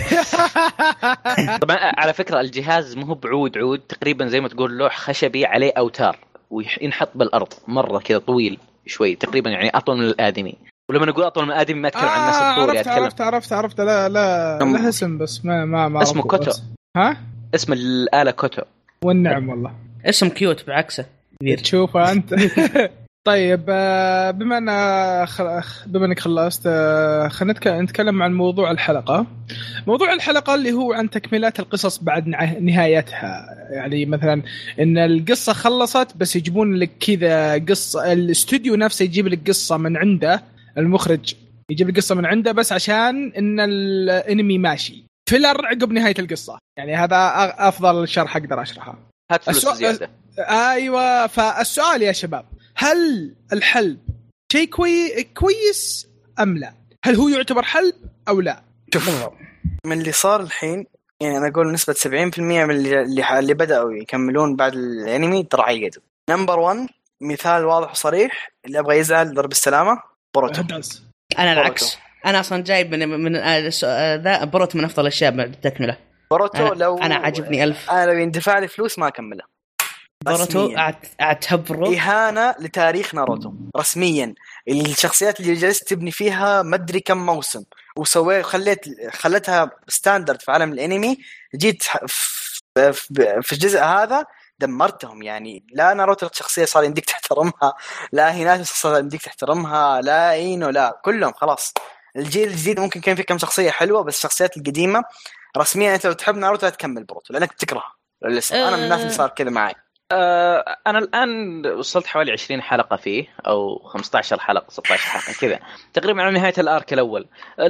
طبعا على فكرة الجهاز مو بعود عود، تقريبا زي ما تقول لوح خشبي عليه أوتار وينحط بالأرض مرة كذا طويل شوي، تقريبا يعني أطول من الآدمي. ولما نقول أطول من الآدمي ما أتكلم آه عن الناس الطول. عرفت عرفت عرفت عرفت لا لا لا اسم بس ما ما ما اسمه كوتو. ها اسم الآلة كوتو. والنعم والله اسم كيوت بعكسه تشوف انت. طيب بما ان بما انك خلصت خلينا نتكلم عن موضوع الحلقه. موضوع الحلقه اللي هو عن تكملات القصص بعد نهايتها. يعني مثلا ان القصه خلصت بس يجيبون لك كذا قصه، الاستوديو نفسه يجيب لك قصه من عنده، المخرج يجيب لك قصه من عنده بس عشان ان الانمي ماشي فيلر عقب نهايه القصه. يعني هذا افضل شرح اقدر اشرحه. هات فلوس زياده. ايوه. فالسؤال يا شباب، هل الحلب شيء كوي... كويس ام لا؟ هل هو يعتبر حلب او لا؟ شوف من اللي صار الحين، يعني انا اقول نسبه سبعين بالمية من اللي اللي بداوا يكملون بعد الانمي ترى عيدوا. نمبر واحد مثال واضح وصريح، اللي ابغى يزعل ضرب السلامه بوروتو. انا العكس، انا اصلا جايب من من ذا بوروتو من افضل الاشياء بعد التكمله. بوروتو أنا لو انا عجبني ألف. انا لو يندفع لي فلوس ما اكمله. بوروتو اعتبره إهانة لتاريخ ناروتو رسميا. الشخصيات اللي جلست تبني فيها مدري كم موسم وسويت خليت خلتها ستاندرد في عالم الانمي، جيت في الجزء هذا دمرتهم. يعني لا ناروتو الشخصية صار يمديك تحترمها، لا هيناتو صار يمديك تحترمها، لا اينو، لا كلهم خلاص. الجيل الجديد ممكن كان في كم شخصية حلوة، بس الشخصيات القديمة رسميا انت لو تحب ناروتو لا تكمل بوروتو لانك تكرهها للاسف. انا من الناس اللي صار كذا معي. أه أنا الآن وصلت حوالي عشرين حلقة فيه أو خمسة عشر حلقة ستة عشر حلقة كذا تقريبا على نهاية الأرك الأول.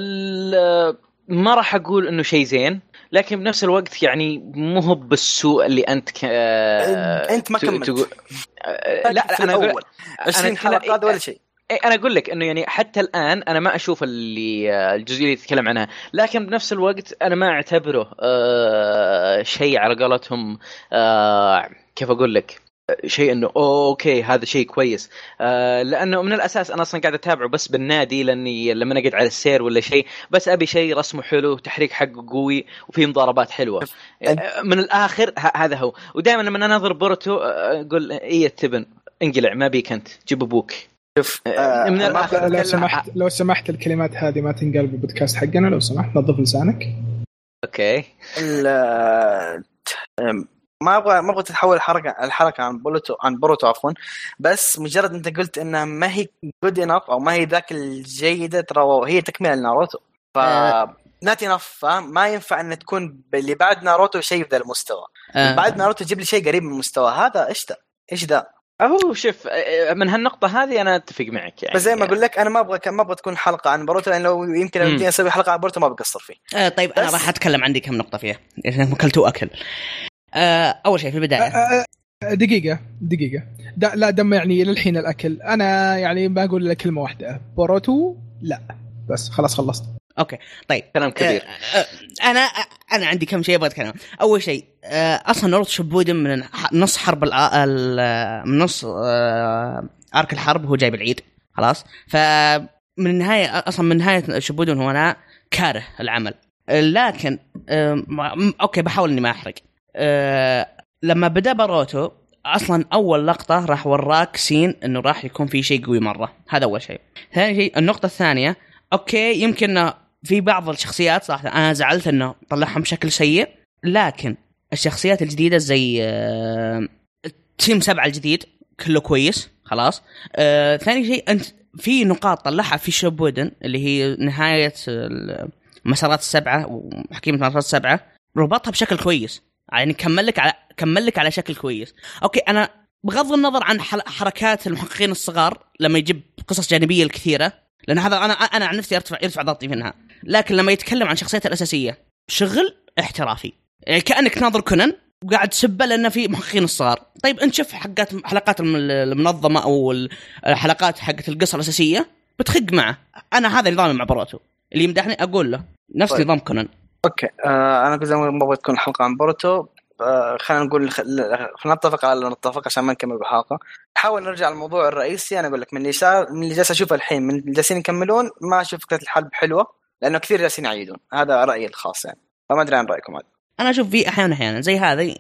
ما راح أقول إنه شيء زين، لكن بنفس الوقت يعني مو هو بالسوء اللي أنت ك... أنت ما كملت تقول... لا لا أنا أقول عشرين حلقة هذا ولا شيء. أنا أقول لك إنه يعني حتى الآن أنا ما أشوف اللي الجزئية اللي تتكلم عنها، لكن بنفس الوقت أنا ما أعتبره أه شيء على قولتهم أه كيف أقول لك شيء إنه أوكي هذا شيء كويس. أه لأنه من الأساس أنا أصلاً قاعد أتابعه بس بالنادي، لأني لما أقعد على السير ولا شيء بس أبي شيء رسمه حلو، تحريك حقه قوي، وفيه مضاربات حلوة. أه من الآخر هذا هو. ودائما لما أنا أنظر بوروتو أقول إيه التبن انقلع ما بيك أنت جيب أبوك. شوف آه من الآخر لو سمحت لو سمحت الكلمات هذه ما تنقال بالبودكاست حقنا لو سمحت، نظف لسانك. اوكي. ما ابغى ما ابغى تتحول الحركه الحركه عن بوروتو عن بوروتو عفوا، بس مجرد انت قلت انها ما هي جود انف او ما هي ذاك الجيده، ترى هي تكمله لناروتو. ف نات انف ما ينفع ان تكون اللي بعد ناروتو شيء ذا المستوى. أه. بعد ناروتو جيب لي شيء قريب من المستوى هذا. ايش ده ايش ده أهو شوف من هالنقطة هذه أنا أتفق معك يعني. بس زي ما أقول لك أنا ما أبغى ما أبغى تكون حلقة عن بوروتو، لأن لو يمكن لو بدي أسوي حلقة عن بوروتو ما بقصر فيه. آه طيب أنا راح أتكلم عندي كم نقطة فيها إذا أكلتوا أكل. آه أول شيء في البداية آه آه دقيقة دقيقة دا لا دم يعني للحين الأكل أنا يعني بقول لك كلمة واحدة، بوروتو لا بس خلاص خلصت. اوكي طيب كلام كبير. آه آه انا انا عندي كم شيء ابغى اتكلم. اول شيء آه اصلا ناروتو شبودن من نص حرب من نص آه ارك الحرب هو جايب العيد خلاص. فمن النهايه اصلا من نهايه شبودن هو انا كاره العمل، لكن آه اوكي بحاول اني ما احرق. آه لما بدا بوروتو اصلا اول لقطه راح وراك سين انه راح يكون في شيء قوي مره، هذا اول شيء. ثاني شيء النقطه الثانيه، اوكي يمكن في بعض الشخصيات صراحه انا زعلت انه طلعهم بشكل سيء، لكن الشخصيات الجديده زي تيم سبعة الجديد كله كويس خلاص. آه، ثاني شيء انت في نقاط طلعها في شوبودن اللي هي نهايه المسارات السبعه وحكيمه المسارات السبعه، ربطها بشكل كويس يعني كمل لك على كمل لك على شكل كويس. اوكي انا بغض النظر عن حركات المحققين الصغار لما يجيب قصص جانبيه الكثيره، لأن هذا أنا أنا عن نفسي أرتفع يرتفع ضغطي منها، لكن لما يتكلم عن شخصيته الأساسية شغل احترافي يعني كأنك ناظر كونان وقاعد تسبه لأن في محققين الصغار. طيب أنت شوف حلقات حلقات المنظمة أو الحلقات حقت القصة الأساسية بتخق معه. أنا هذا نظامي مع بوروتو، اللي يمدحني أقول له نفس طيب. نظام كونان. أوكي آه أنا كنت زي ما بغيت تكون حلقة عن بوروتو. آه خلينا نقول خلينا نتفق على نتفق عشان ما نكمل بالحلقة. نحاول نرجع للموضوع الرئيسي. أنا أقول لك من اللي صار من اللي جالس أشوفه الحين من اللي جالسين يكملون ما أشوف فكرة الحلب حلوة لأنه كثير جالسين يعيدون. هذا رأيي الخاص يعني، فما أدري عن رأيكم هذا. أنا أشوف في أحيانا أحيانا زي هذا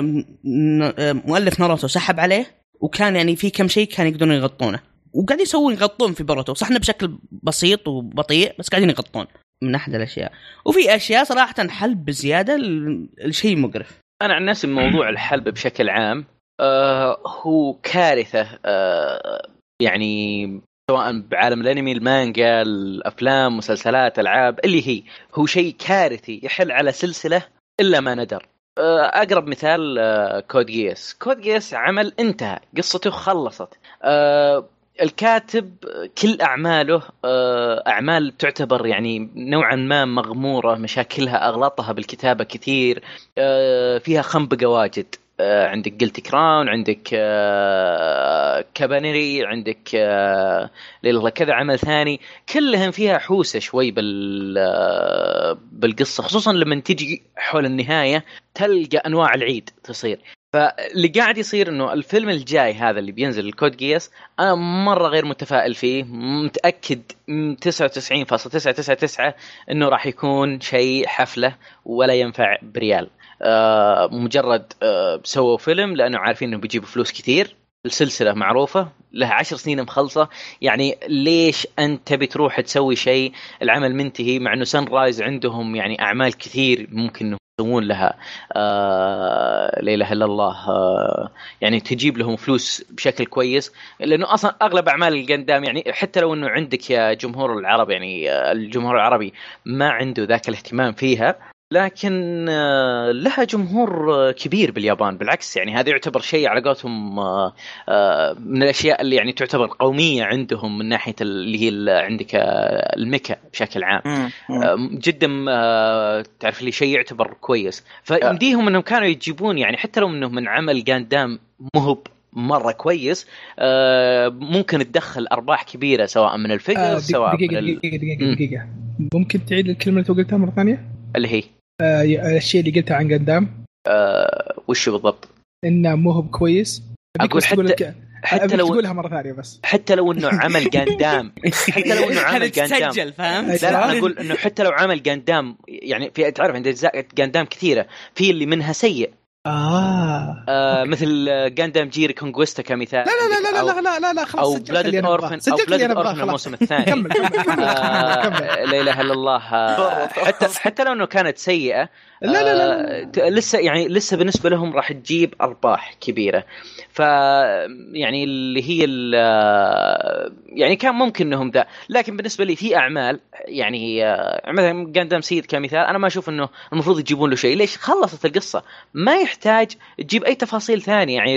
مؤلف ناروتو سحب عليه وكان يعني في كم شيء كان يقدرون يغطونه وقاعد يسوون يغطون في بوروتو صحنا بشكل بسيط وبطيء بس قاعدين يغطون من أحد الأشياء. وفي أشياء صراحة حلب بزيادة الشيء مقرف. أنا عن نفسي موضوع الحلب بشكل عام آه هو كارثة، آه يعني سواء بعالم الانمي، المانجا، الافلام، مسلسلات، العاب، اللي هي هو شيء كارثي يحل على سلسلة الا ما ندر. آه اقرب مثال آه كود جياس. كود جياس عمل انتهى، قصته خلصت. آه الكاتب كل أعماله أعمال تعتبر يعني نوعا ما مغمورة، مشاكلها أغلاطها بالكتابة كثير، فيها خنبقة واجد. عندك قلت كراون، عندك كابانيري، عندك لله كذا عمل ثاني، كلهم فيها حوسة شوي بالقصة، خصوصا لما تيجي حول النهاية تلقى أنواع العيد تصير. فاللي قاعد يصير انه الفيلم الجاي هذا اللي بينزل الكود جياس انا مره غير متفائل فيه، متاكد تسعة وتسعين فاصلة تسعة تسعة تسعة انه راح يكون شيء حفله ولا ينفع بريال. آه مجرد آه سووا فيلم لانه عارفين انه بيجيبوا فلوس كثير، السلسله معروفه لها عشر سنين مخلصه، يعني ليش انت بتروح تسوي شيء العمل منتهي، مع انه سان رايز عندهم يعني اعمال كثير ممكن يسوون لها آه لا اله الا الله آه يعني تجيب لهم فلوس بشكل كويس، لانه اصلا اغلب اعمال الجندام يعني حتى لو انه عندك يا جمهور العرب يعني آه الجمهور العربي ما عنده ذاك الاهتمام فيها، لكن آه لها جمهور آه كبير باليابان. بالعكس يعني هذا يعتبر شيء على قولتهم آه آه من الاشياء اللي يعني تعتبر قوميه عندهم من ناحيه اللي هي عندك آه الميكا بشكل عام. آه جدا آه تعرف لي شيء يعتبر كويس، فيمديهم انهم كانوا يجيبون يعني حتى لو انه من عمل جاندام مهب مره كويس آه ممكن تدخل ارباح كبيره سواء من الفيجر آه سواء دقيقة من دقيقة دقيقة, دقيقة. ممكن تعيد الكلمه اللي قلتها مره ثانيه؟ اللي هي آه الشيء اللي قلته عن جاندام آه وش بالضبط؟ انه مو هو كويس. اقول حتى حتى لو تقولها مره ثانيه بس حتى لو انه عمل جاندام حتى لو انه عمل جاندام تسجل فاهم. لا لا انا اقول انه حتى لو عمل جاندام يعني في تعرف عند اجزاء جاندام كثيره في اللي منها سيء آه. آه مثل جاندام جيري كونغويستا كمثال. لا لا لا لا لا لا لا خلاص او بلاد اورفن او بلاد اورفن الموسم الثاني. كمل كمل كمل لا اله الا الله حتى حتى لو انه كانت سيئه لا لا لا, لا. لسه يعني لسه بالنسبه لهم راح تجيب ارباح كبيره. ف يعني اللي هي يعني كان ممكن انهم ذا، لكن بالنسبه لي في اعمال يعني مثلا جاندام سيد كمثال انا ما اشوف انه المفروض يجيبون له شيء. ليش؟ خلصت القصه، ما يحتاج تجيب اي تفاصيل ثانيه يعني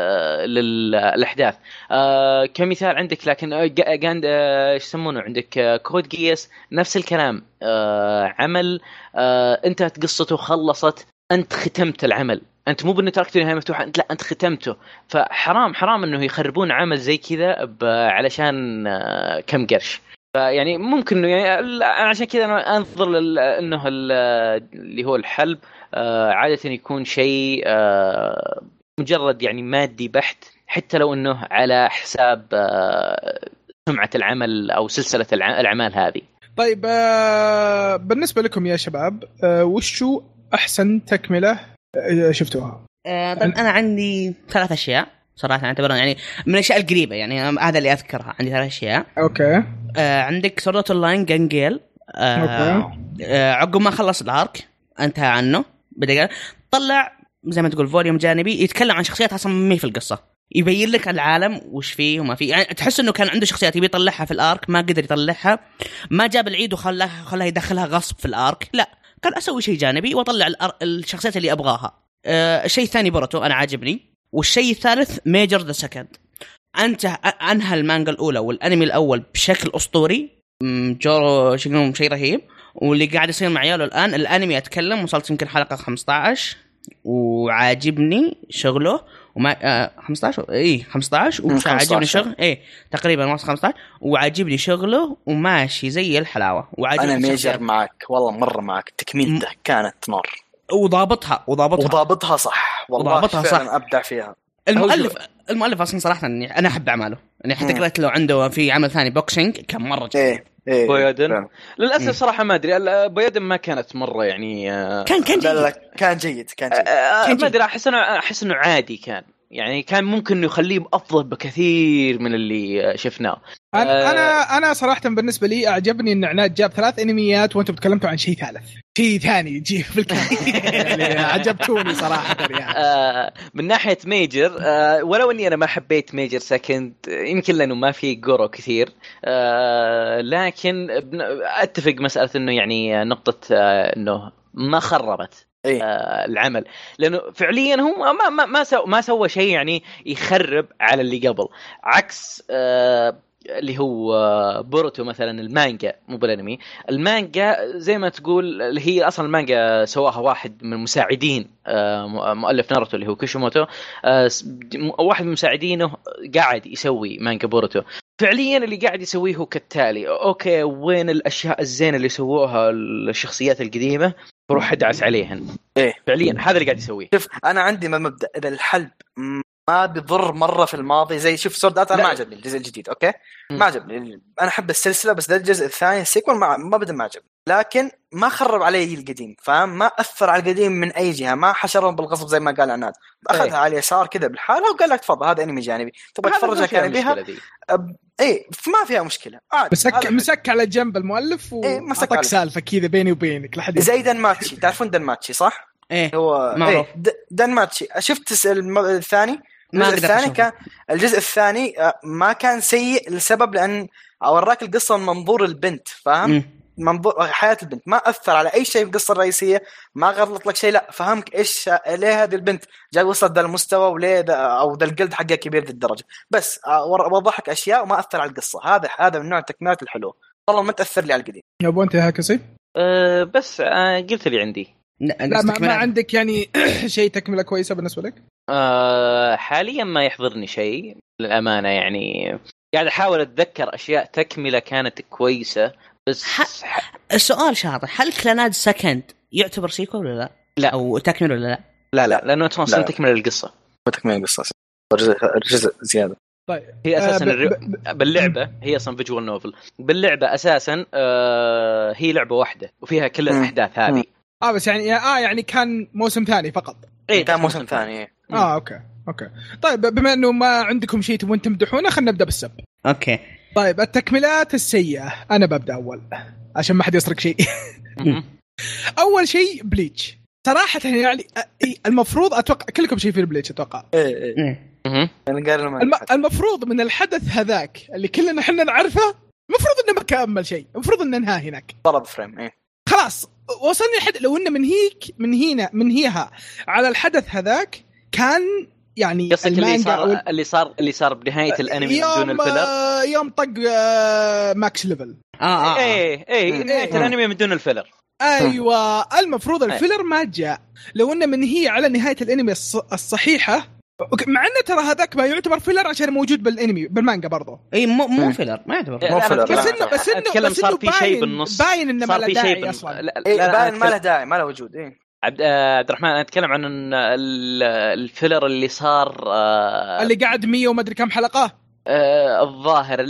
للاحداث. آه كمثال عندك لكن جاند ايش يسمونه عندك كود جياس نفس الكلام. آه عمل آه انتهت قصته خلصت، انت ختمت العمل، انت مو بانه تركته نهايه مفتوحه، انت لا انت ختمته. فحرام حرام انه يخربون عمل زي كذا علشان آه كم قرش. فيعني ممكن يعني عشان كذا انا انظر انه اللي هو الحلب آه عاده يكون شيء آه مجرد يعني مادي بحت، حتى لو انه على حساب آه سمعه العمل او سلسله الاعمال هذه. طيب آه بالنسبه لكم يا شباب آه وشو احسن تكمله آه شفتوها؟ آه طيب انا عندي ثلاث اشياء صراحه اعتبرها يعني من الاشياء القريبه، يعني هذا اللي اذكرها. عندي ثلاث اشياء. اوكي. آه عندك سورد اون لاين جانجيل. آه آه عقب ما خلص الارك انتهى عنه بدقيقه طلع زي ما تقول فوليوم جانبي يتكلم عن شخصيات اصلا ما في القصه، يبين لك العالم وش فيه وما فيه. يعني تحس انه كان عنده شخصيات يبي يطلعها في الارك ما قدر يطلعها، ما جاب العيد وخلاها خلاها يدخلها غصب في الارك، لا كان اسوي شيء جانبي واطلع الشخصيات اللي ابغاها. أه الشيء الثاني بروتو انا عاجبني، والشيء الثالث ميجر ذا سكند. انت انهى المانجا الاولى والانمي الاول بشكل اسطوري، جورو شكله شيء رهيب، واللي قاعد يصير مع عياله الان الانمي اتكلم وصلت يمكن حلقه خمسة عشر وعاجبني شغله وما آه خمسة عشر اي خمسة عشر وعاجبني شغل اي تقريبا وصل خمسة عشر وعاجبني شغله وماشي زي الحلاوه. انا ميجر معك والله مره معك، تكملته كانت نار وضابطها وضابطها وضابطها صح والله وضابطها فعلا صح. ابدع فيها المؤلف المؤلف اصلا صراحه انا احب اعماله، يعني حتى قرأت له عنده في عمل ثاني بوكسينج كان مره جميل. ايه ايه بويادن للاسف صراحه ما ادري بويادن ما كانت مره يعني كان كان لا لا كان جيد كان جيد آه ما ادري احس انه احس انه عادي كان يعني كان ممكن انه يخليه افضل بكثير من اللي شفناه. انا انا انا صراحه بالنسبه لي اعجبني ان عناد جاب ثلاث انميات وانتم تكلمتوا عن شيء ثالث، شيء ثاني يجي في الكلام. يعني عجبتوني صراحه يعني. آه من ناحيه ميجر، آه ولو اني انا ما حبيت ميجر سكند، يمكن لانه ما في جورو كثير، آه لكن اتفق مساله انه يعني نقطه آه انه ما خربت إيه؟ آه العمل، لانه فعليا هو ما ما ما سوى ما سوى شيء يعني يخرب على اللي قبل، عكس آه اللي هو بوروتو مثلا المانجا مو بالانمي. المانجا زي ما تقول اللي هي اصلا المانجا سواها واحد من مساعدين مؤلف ناروتو اللي هو كيشيموتو، واحد من مساعدينه قاعد يسوي مانجا بوروتو. فعليا اللي قاعد يسويه هو كالتالي: اوكي وين الاشياء الزينه اللي سووها الشخصيات القديمه بروح ادعس عليهن. ايه فعليا هذا اللي قاعد يسويه. شوف انا عندي مبدا اذا الحلب ما بيضر مره في الماضي، زي شوف سورد آرت انا ما عجبني الجزء الجديد، اوكي ما عجبني، انا احب السلسله بس ده الجزء الثاني السيكول ما ما بدا ما عجبني، لكن ما خرب علي القديم، فاهم؟ ما اثر على القديم من اي جهه، ما حشرهم بالغصب زي ما قال عناد، اخذها أيه. على اليسار كذا بالحاله وقال لك تفضل هذا انمي جانبي تبغى تتفرج كان بها أب... اي ما فيها مشكله عادي. مسك مسك على جنب المؤلف وعطاك سالفه كذا بيني وبينك لحد زي دنماتشي. تعرفون دنماتشي صح؟ ايه هو معروف. إيه دنماتشي. شفت الثاني الجزء الثاني كان الجزء الثاني ما كان سيء لسبب لأن أوراك القصة من منظور البنت، فاهم؟ م. منظور حياة البنت، ما أثر على أي شيء في القصة الرئيسية، ما غلط لك شيء، لا فهمك إيش ليه هذه البنت جاي وصلت ذا المستوى وليه ذا أو ذا الجلد حقها كبير ذي الدرجة، بس وضحك أشياء وما أثر على القصة. هذا هذا من نوع التكملات الحلوة والله، ما تأثر لي على القديم. يا أبو أنت هكذا أه بس أه قلت لي عندي لا ما, ما عندك يعني شيء تكملة كويسة بالنسبة لك؟ أه حاليا ما يحضرني شيء للأمانة، يعني قاعد أحاول أتذكر أشياء تكملة كانت كويسة بس ح... السؤال شاطر، هل كلاناد سكند يعتبر سيكول ولا لا؟ لا أو تكمل ولا لا؟ لا لا لأنه أصلا تكمل القصة، تكمل القصة جزء زيادة. طيب هي أساسا آه ب... الري... باللعبة هي أصلا فيجوال نوفل، باللعبة أساسا آه هي لعبة واحدة وفيها كل الأحداث هذه. اه بس يعني اه يعني كان موسم ثاني فقط. ايه كان موسم ثاني. اه اوكي اوكي طيب بما انه ما عندكم شيء تبون تمدحونه خلينا نبدا بالسب. اوكي طيب التكملات السيئه انا ببدا اول عشان ما حد يسرق شيء. اول شيء بليتش صراحه يعني المفروض اتوقع كلكم شايفين بليتش اتوقع. ايه ايه الم... المفروض من الحدث هذاك اللي كلنا احنا نعرفه المفروض انه ما كمل شيء، المفروض انه انهى هناك طلب فريم. ايه خلاص وصلني حد لو انه من هيك من هنا من هيها على الحدث هذاك كان يعني اللي صار وال... اللي صار اللي صار بنهايه الانمي دون الفيلر، يوم طق ماكس ليفل. اه اه ايه ايه نهايه الانمي من دون الفيلر. ايوه المفروض الفيلر ما جاء، لو انه من هي على نهايه الانمي الصحيحه، مع انه ترى هذاك ما يعتبر فيلر عشان موجود بالانمي بالمانجا برضه. اي مو مو فيلر ما يعتبر مو فيلر بس انه بس انه صار في شيء بالنص، باين انه ما له داعي اصلا. لا باين ما له داعي ما له وجود. ايه عبد عبد الرحمن انا اتكلم عن الفيلر اللي صار آه اللي قعد مية وما ادري كم حلقه آه الظاهر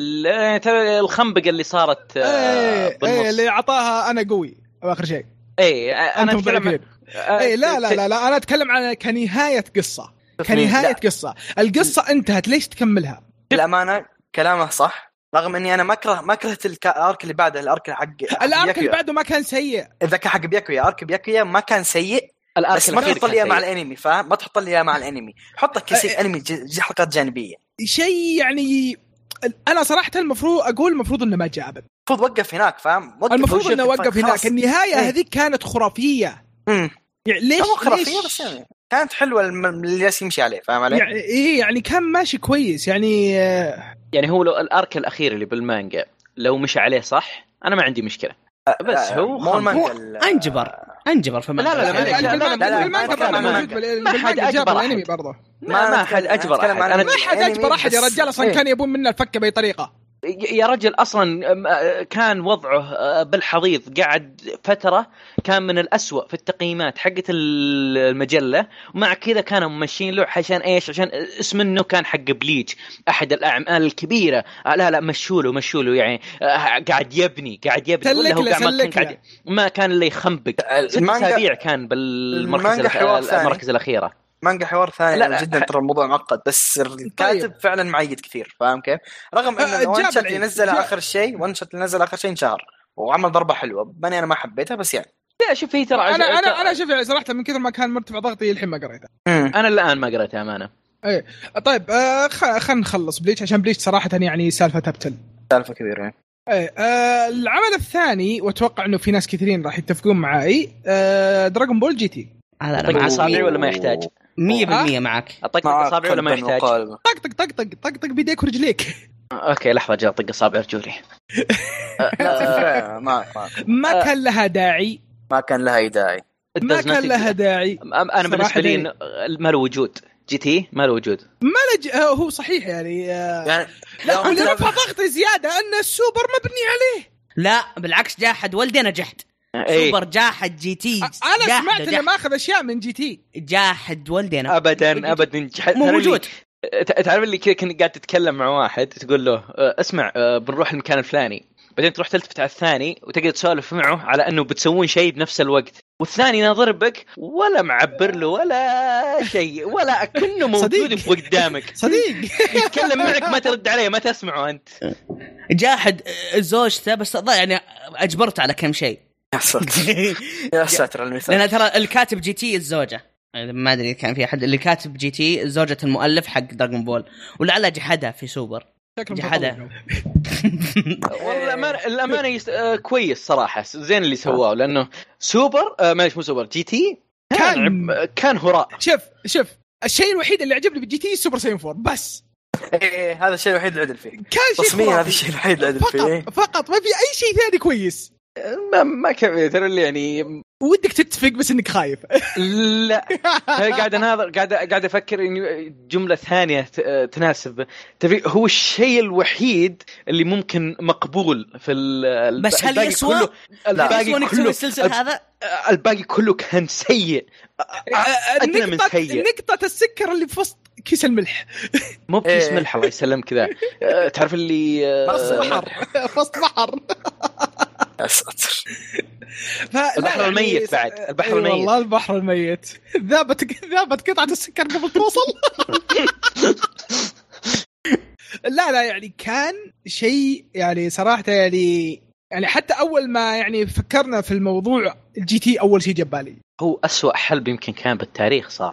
الخنبقه اللي صارت آه ايه بالنص ايه اللي اعطاها انا قوي اخر شيء. ايه انا اتكلم عن... ايه لا لا لا لا انا اتكلم عن كنهايه قصه كنهايه قصه القصه انتهت ليش تكملها؟ بالامانه كلامه صح، رغم اني انا ما اكره ما كرهت الارك اللي بعده، الارك حق الارك اللي بعده ما كان سيء. اذا كان حق بياكويا ارك بياكويا ما كان سيء، بس ما تحط لي مع الانمي، فاهم؟ ما تحط لي مع الانمي، حطك كسي انمي جي حلقات جانبيه شيء يعني. انا صراحه المفروض اقول المفروض انه ما جاء ابد، المفروض وقف هناك، فاهم؟ المفروض انه وقف هناك. النهايه هذيك كانت خرافيه. امم يعني ليش خرافيه بس يعني كانت حلوه اللي يمشي عليه، فاهم علي؟ يعني ايه يعني كان ماشي كويس يعني. يعني هو لو الارك الاخير اللي بالمانجا لو مشى عليه صح انا ما عندي مشكله، بس هو مو المانجا انجبر انجبر في المانجا. لا لا لا لا المانجا ما حد اجبر الانمي برضه، ما حد اجبر احد. انا ما حد اجبر احد يا رجال، اصلا كان يبون منا الفكه باي طريقه. يا رجل اصلا كان وضعه بالحضيض، قعد فتره كان من الأسوأ في التقييمات حقت المجله، ومع كذا كانوا ممشين له عشان ايش؟ عشان اسم انه كان حق بليتش احد الاعمال الكبيره. لا لا مشوله مشوله يعني قاعد يبني قاعد يبني ولا هو قاعد ما كان اللي يخنبق. ست اسابيع كان بالمركز المراكز الاخيره. مانجا حوار ثاني لا جدا، ترى الموضوع معقد، بس الكاتب طيب. فعلا معيد كثير، فاهم كيف؟ رغم ان الوان شوت اللي نزل اخر شيء وان شوت اللي نزل اخر شيء انشهر وعمل ضربه حلوه، بني انا ما حبيتها بس يعني لا شوف هي ترى انا انا انا شوف صراحه من كثر ما كان مرتفع ضغطي الحين ما قريتها. انا الان ما قريتها امانه. ايه طيب آه خلينا نخلص بليتش عشان بليتش صراحه يعني سالفه تبتل سالفه كبيره. ايه آه العمل الثاني واتوقع انه في ناس كثيرين راح يتفقون معي، آه دراغون بول جي تي. هذا انا مع اصابعي ولا ما يحتاج؟ مية بالمية معك. اطقطق اصابعي ولا ما يحتاج؟ طق طق طق طق طق طق بيديك ورجليك. اوكي لحظه جاء طق اصابع رجولي. ما ما كان لها داعي، ما كان لها داعي ما كان لها داعي. انا بالنسبه لي ما له وجود جي تي، ما له وجود. ما لج... هو صحيح يعني يعني واللي رفع ضغطي زياده ان السوبر مبني عليه. لا بالعكس جاحد ولدي نجحت. أيه. سوبر جاحد جي تي. انا سمعت انه ماخذ اشياء من جي تي. جاحد ولدينا ابدا ابدا مو موجود. تعرف اللي كذا كنت قاعد تتكلم مع واحد تقول له اسمع بنروح المكان الفلاني، بعدين تروح تلتفت على الثاني وتقعد تسولف معه على انه بتسوون شيء بنفس الوقت، والثاني ناظر بك ولا معبر له ولا شيء ولا كأنه موجود قدامك. صديق يتكلم معك ما ترد عليه ما تسمعه انت. جاحد زوجته بس يعني اجبرت على كم شيء. يا ساتر يا ساتر المثال. لان ترى الكاتب جي تي الزوجه، ما ادري كان في احد اللي كاتب جي تي زوجة المؤلف حق دراغون بول، ولعلها جحدها في سوبر جحدها. والله الأمانة الأمانة يست... آه كويس صراحة، زين اللي سواه، لأنه سوبر آه ماش مو سوبر جي تي كان كان, عب... كان هراء. شوف شوف الشيء الوحيد اللي عجبني بالجي تي سوبر ساين فور بس. إيه هذا الشيء الوحيد اللي عدل فيه. كان تصميم هذا الشيء الوحيد اللي عدل فيه. فقط فقط ما في أي شيء ثاني كويس. ما ما كان ترى اللي يعني ودك تتفق بس انك خايف. لا قاعد اناظر قاعد قاعد افكر اني جمله ثانيه تناسب تبي. هو الشيء الوحيد اللي ممكن مقبول في ال بس هل يسوى الباقي كله السلسله هذا الباقي كله كان سيء ادنى من سيء. نقطه السكر اللي في وسط كيس الملح مو بكيس ملح الله يسلم كذا تعرف اللي بحر في وسط بحر. أسطر. البحر الميت بعد البحر الميت والله البحر الميت ذابت ذابت قطعة السكر قبل توصل. لا لا يعني كان شيء يعني صراحة يعني يعني حتى أول ما يعني فكرنا في الموضوع الجي تي أول شيء جبالي هو أسوأ حلب يمكن كان بالتاريخ صار.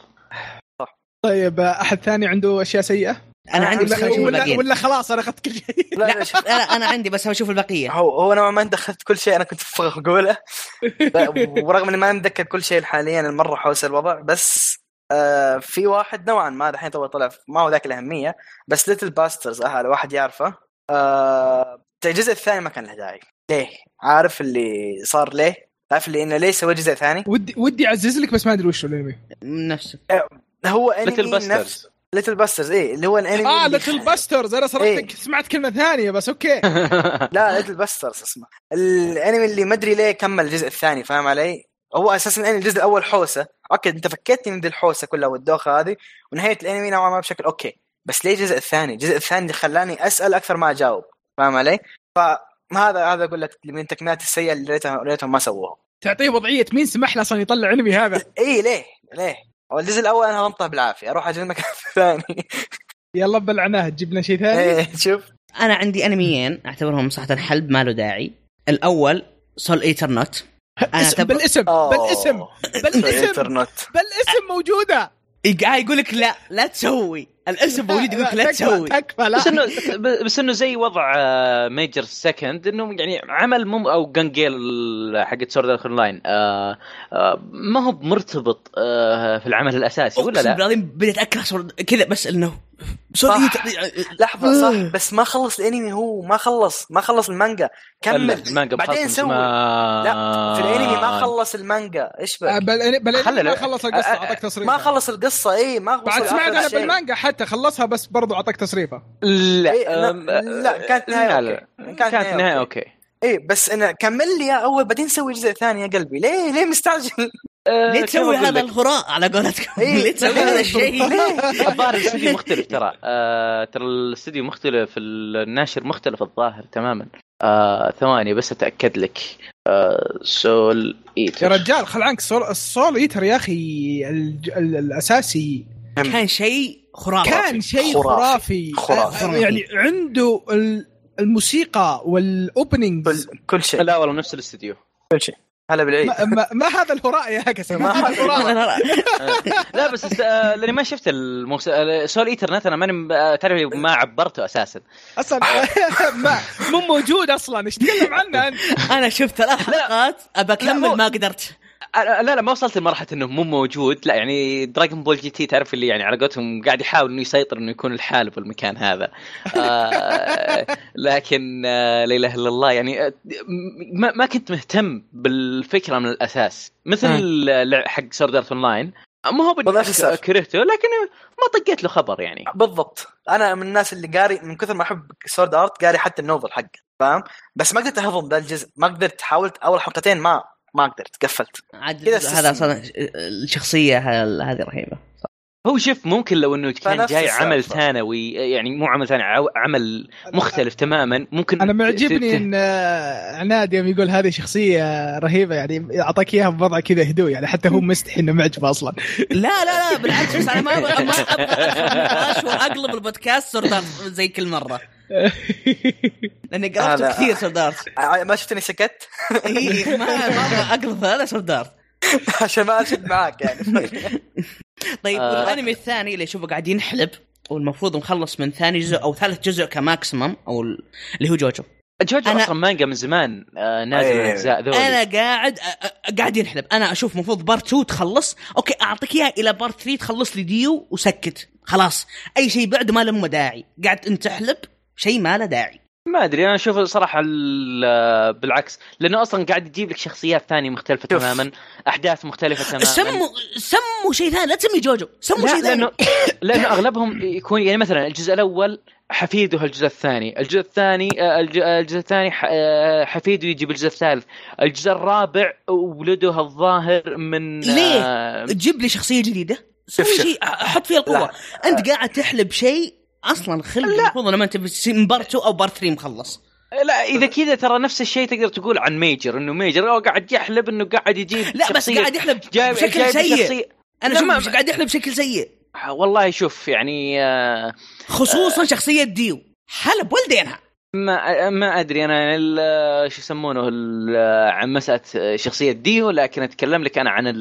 طيب أحد ثاني عنده أشياء سيئة؟ انا عندي بس اشوف البقيه ولا خلاص انا اخذت كل شيء. لا, لا, لا انا عندي بس اشوف البقيه. هو هو انا ما دخلت كل شيء، انا كنت افغ اقوله ورغم اني ما متذكر كل شيء حاليا المره حوس الوضع، بس آه في واحد نوعا ما الحين تو طلع ما هو ذاك الاهميه، بس ليتل باسترز اهل واحد يعرفه. آه الجزء الثاني ما كان له داعي. ليه؟ عارف اللي صار ليه؟ عارف اللي انه ليه سوى جزء ثاني؟ ودي ودي اعزز لك بس ما ادري وش الانمي نفسه. آه هو انمي نفس ليتل باسترز. ايه اللي هو الانمي اه ليتل باسترز. انا صراحه إيه؟ سمعت كلمه ثانيه بس اوكي. لا ليتل باسترز اسمه الانمي اللي ما ادري ليه كمل الجزء الثاني، فاهم علي؟ هو اساسا الانمي الجزء الاول حوسه، اوكي انت فكيتني من دي الحوسه كلها والدوخه هذه، ونهايه الانمي نوعا ما بشكل اوكي، بس ليه الجزء الثاني؟ الجزء الثاني خلاني اسال اكثر ما اجاوب، فاهم علي؟ فهذا هذا اقول لك من التكملات السيئه اللي ريتهم ما سووها. تعطيه وضعيه مين سمح له اصلا يطلع انمي هذا؟ اي ليه ليه الجزء الاول انا ضمطه بالعافيه، اروح اجي المكان الثاني. يلا بلعناه تجيب لنا شيء ثاني. ايه شوف انا عندي انميين اعتبرهم صراحه حلب ما له داعي. الاول سول ايتر نوت. انا أعتبر... بالاسم بالاسم بالاسم بالاسم موجوده. يقول لك لا لا تسوي الاسم موجود، يقول لك لا تسوي. بس انه بس انه زي وضع ميجر سكند انه يعني عمل مم او جنجيل حق سورد ارت اونلاين آه آه ما هو مرتبط آه في العمل الاساسي ولا لا؟ بعدين بديت اكره كذا بس انه لحظه صح بس ما خلص الانمي، هو ما خلص ما خلص المانجا كمل بعدين سوي ما... لا في الانمي ما خلص المانجا ايش بك بل بل ما خلص القصه اعطاك تصريح ما خلص القصه اي ما بعد سمعت انا بالمانجا حتى خلصها بس برضو اعطاك تصريفه. لا إيه لا كانت نهايه اوكي كانت نهايه اوكي ايه بس انا كمل لي اول بعدين سوي جزء ثاني يا قلبي. ليه ليه مستعجل؟ أه ليه تسوي هذا الهراء على قولتكم؟ إيه؟ ليه تسوي هذا الشيء؟ الظاهر الاستديو مختلف ترى آه ترى الاستديو مختلف، الناشر مختلف الظاهر تماما. آه ثواني بس اتاكد لك. آه سول ايتر يا رجال خل عنك السول, السول ايتر يا اخي ال... ال... الاساسي كان شيء خرافي كان شيء خرافي, خرافي. خرافي. يعني عنده الموسيقى والاوبننجز كل شيء. لا والله نفس الاستديو كل شيء. هلا بالعيد. ما, ما, ما هذا الهراء يا هكذا ما هذا الهراء. لا بس است... لاني ما شفت الموس... سول ايترنت انا ماني تعرف ما عبرته اساسا اصلا ما مو موجود اصلا. ايش تتكلم عنه انت؟ انا شفت ثلاث حلقات ابى اكمل ما قدرت. لا لا ما وصلت لمرحله انه مو موجود. لا يعني دراغون بول جي تي تعرف اللي يعني على قولتهم قاعد يحاول انه يسيطر انه يكون الحال في المكان هذا. آه لكن آه لا اله الا الله يعني ما ما كنت مهتم بالفكره من الاساس مثل حق سورد ارت اونلاين. ما هو كرهته لكن ما طقيت له خبر يعني. بالضبط. انا من الناس اللي قاري من كثر ما احب سورد ارت قاري حتى النوفل حقه فاهم. بس ما قدرت اهضم ذا الجزء. ما قدرت. حاولت اول حلقتين ما ما قدرت قفلت. هذا اصلا الشخصيه هذه رهيبه. هو شوف ممكن لو انه كان جاي عمل ثانوي يعني مو عمل ثاني عمل مختلف تماما ممكن. انا معجبني ان عناد يوم يقول هذه شخصيه رهيبه يعني اعطاك اياها بوضع كذا هدوء يعني حتى هو مستحي انه معجبه اصلا. لا لا لا بالعكس بس انا ما ابغى ما ابغى واقلب البودكاست سردار زي كل مره لاني قرأت كثير سردار. ما شفتني سكت. اي ما ما اقلب هذا سردار عشان ما اشد معاك يعني. طيب آه. الانمي الثاني اللي اشوفه قاعد ينحلب والمفروض مخلص من ثاني جزء او ثالث جزء كماكسيمم او اللي هو جوجو. جوجو أنا... اصلا مانجا من زمان آه نازل الاجزاء ذول. انا قاعد قاعد ينحلب. انا اشوف مفروض بارت تو تخلص اوكي اعطيك اياه الى بارت ثري تخلص لي ديو وسكت خلاص. اي شيء بعد ما له داعي. قاعد انت تحلب شيء ما له داعي. ما أدري أنا أشوف صراحة بالعكس لأنه أصلا قاعد يجيب لك شخصيات ثانية مختلفة تماما أحداث مختلفة تماما. سموا سموا شيء ثاني لا تسمي جوجو سموا شيء ثاني. لأنه لأنه أغلبهم يكون يعني مثلا الجزء الأول حفيده الجزء الثاني الجزء الثاني الجزء الثاني حفيده يجي بالجزء الثالث الجزء الرابع ولده الظاهر من ليه تجيب لي شخصية جديدة سوي شيء حط فيها القوة. أنت قاعد تحلب شيء اصلا خلق المفروض لما انت بارت تو او بارت ثري مخلص. لا اذا كذا ترى نفس الشيء تقدر تقول عن ميجر انه ميجر هو قاعد يحلب انه قاعد يجيب لا بس قاعد يحلب بشكل سيء. انا شوف قاعد يحلب بشكل سيء والله. شوف يعني آه خصوصا آه شخصيه ديو حلب ولدينها. ما ما ادري انا شو يسمونه عن مساله شخصيه ديو لكن اتكلم لك انا عن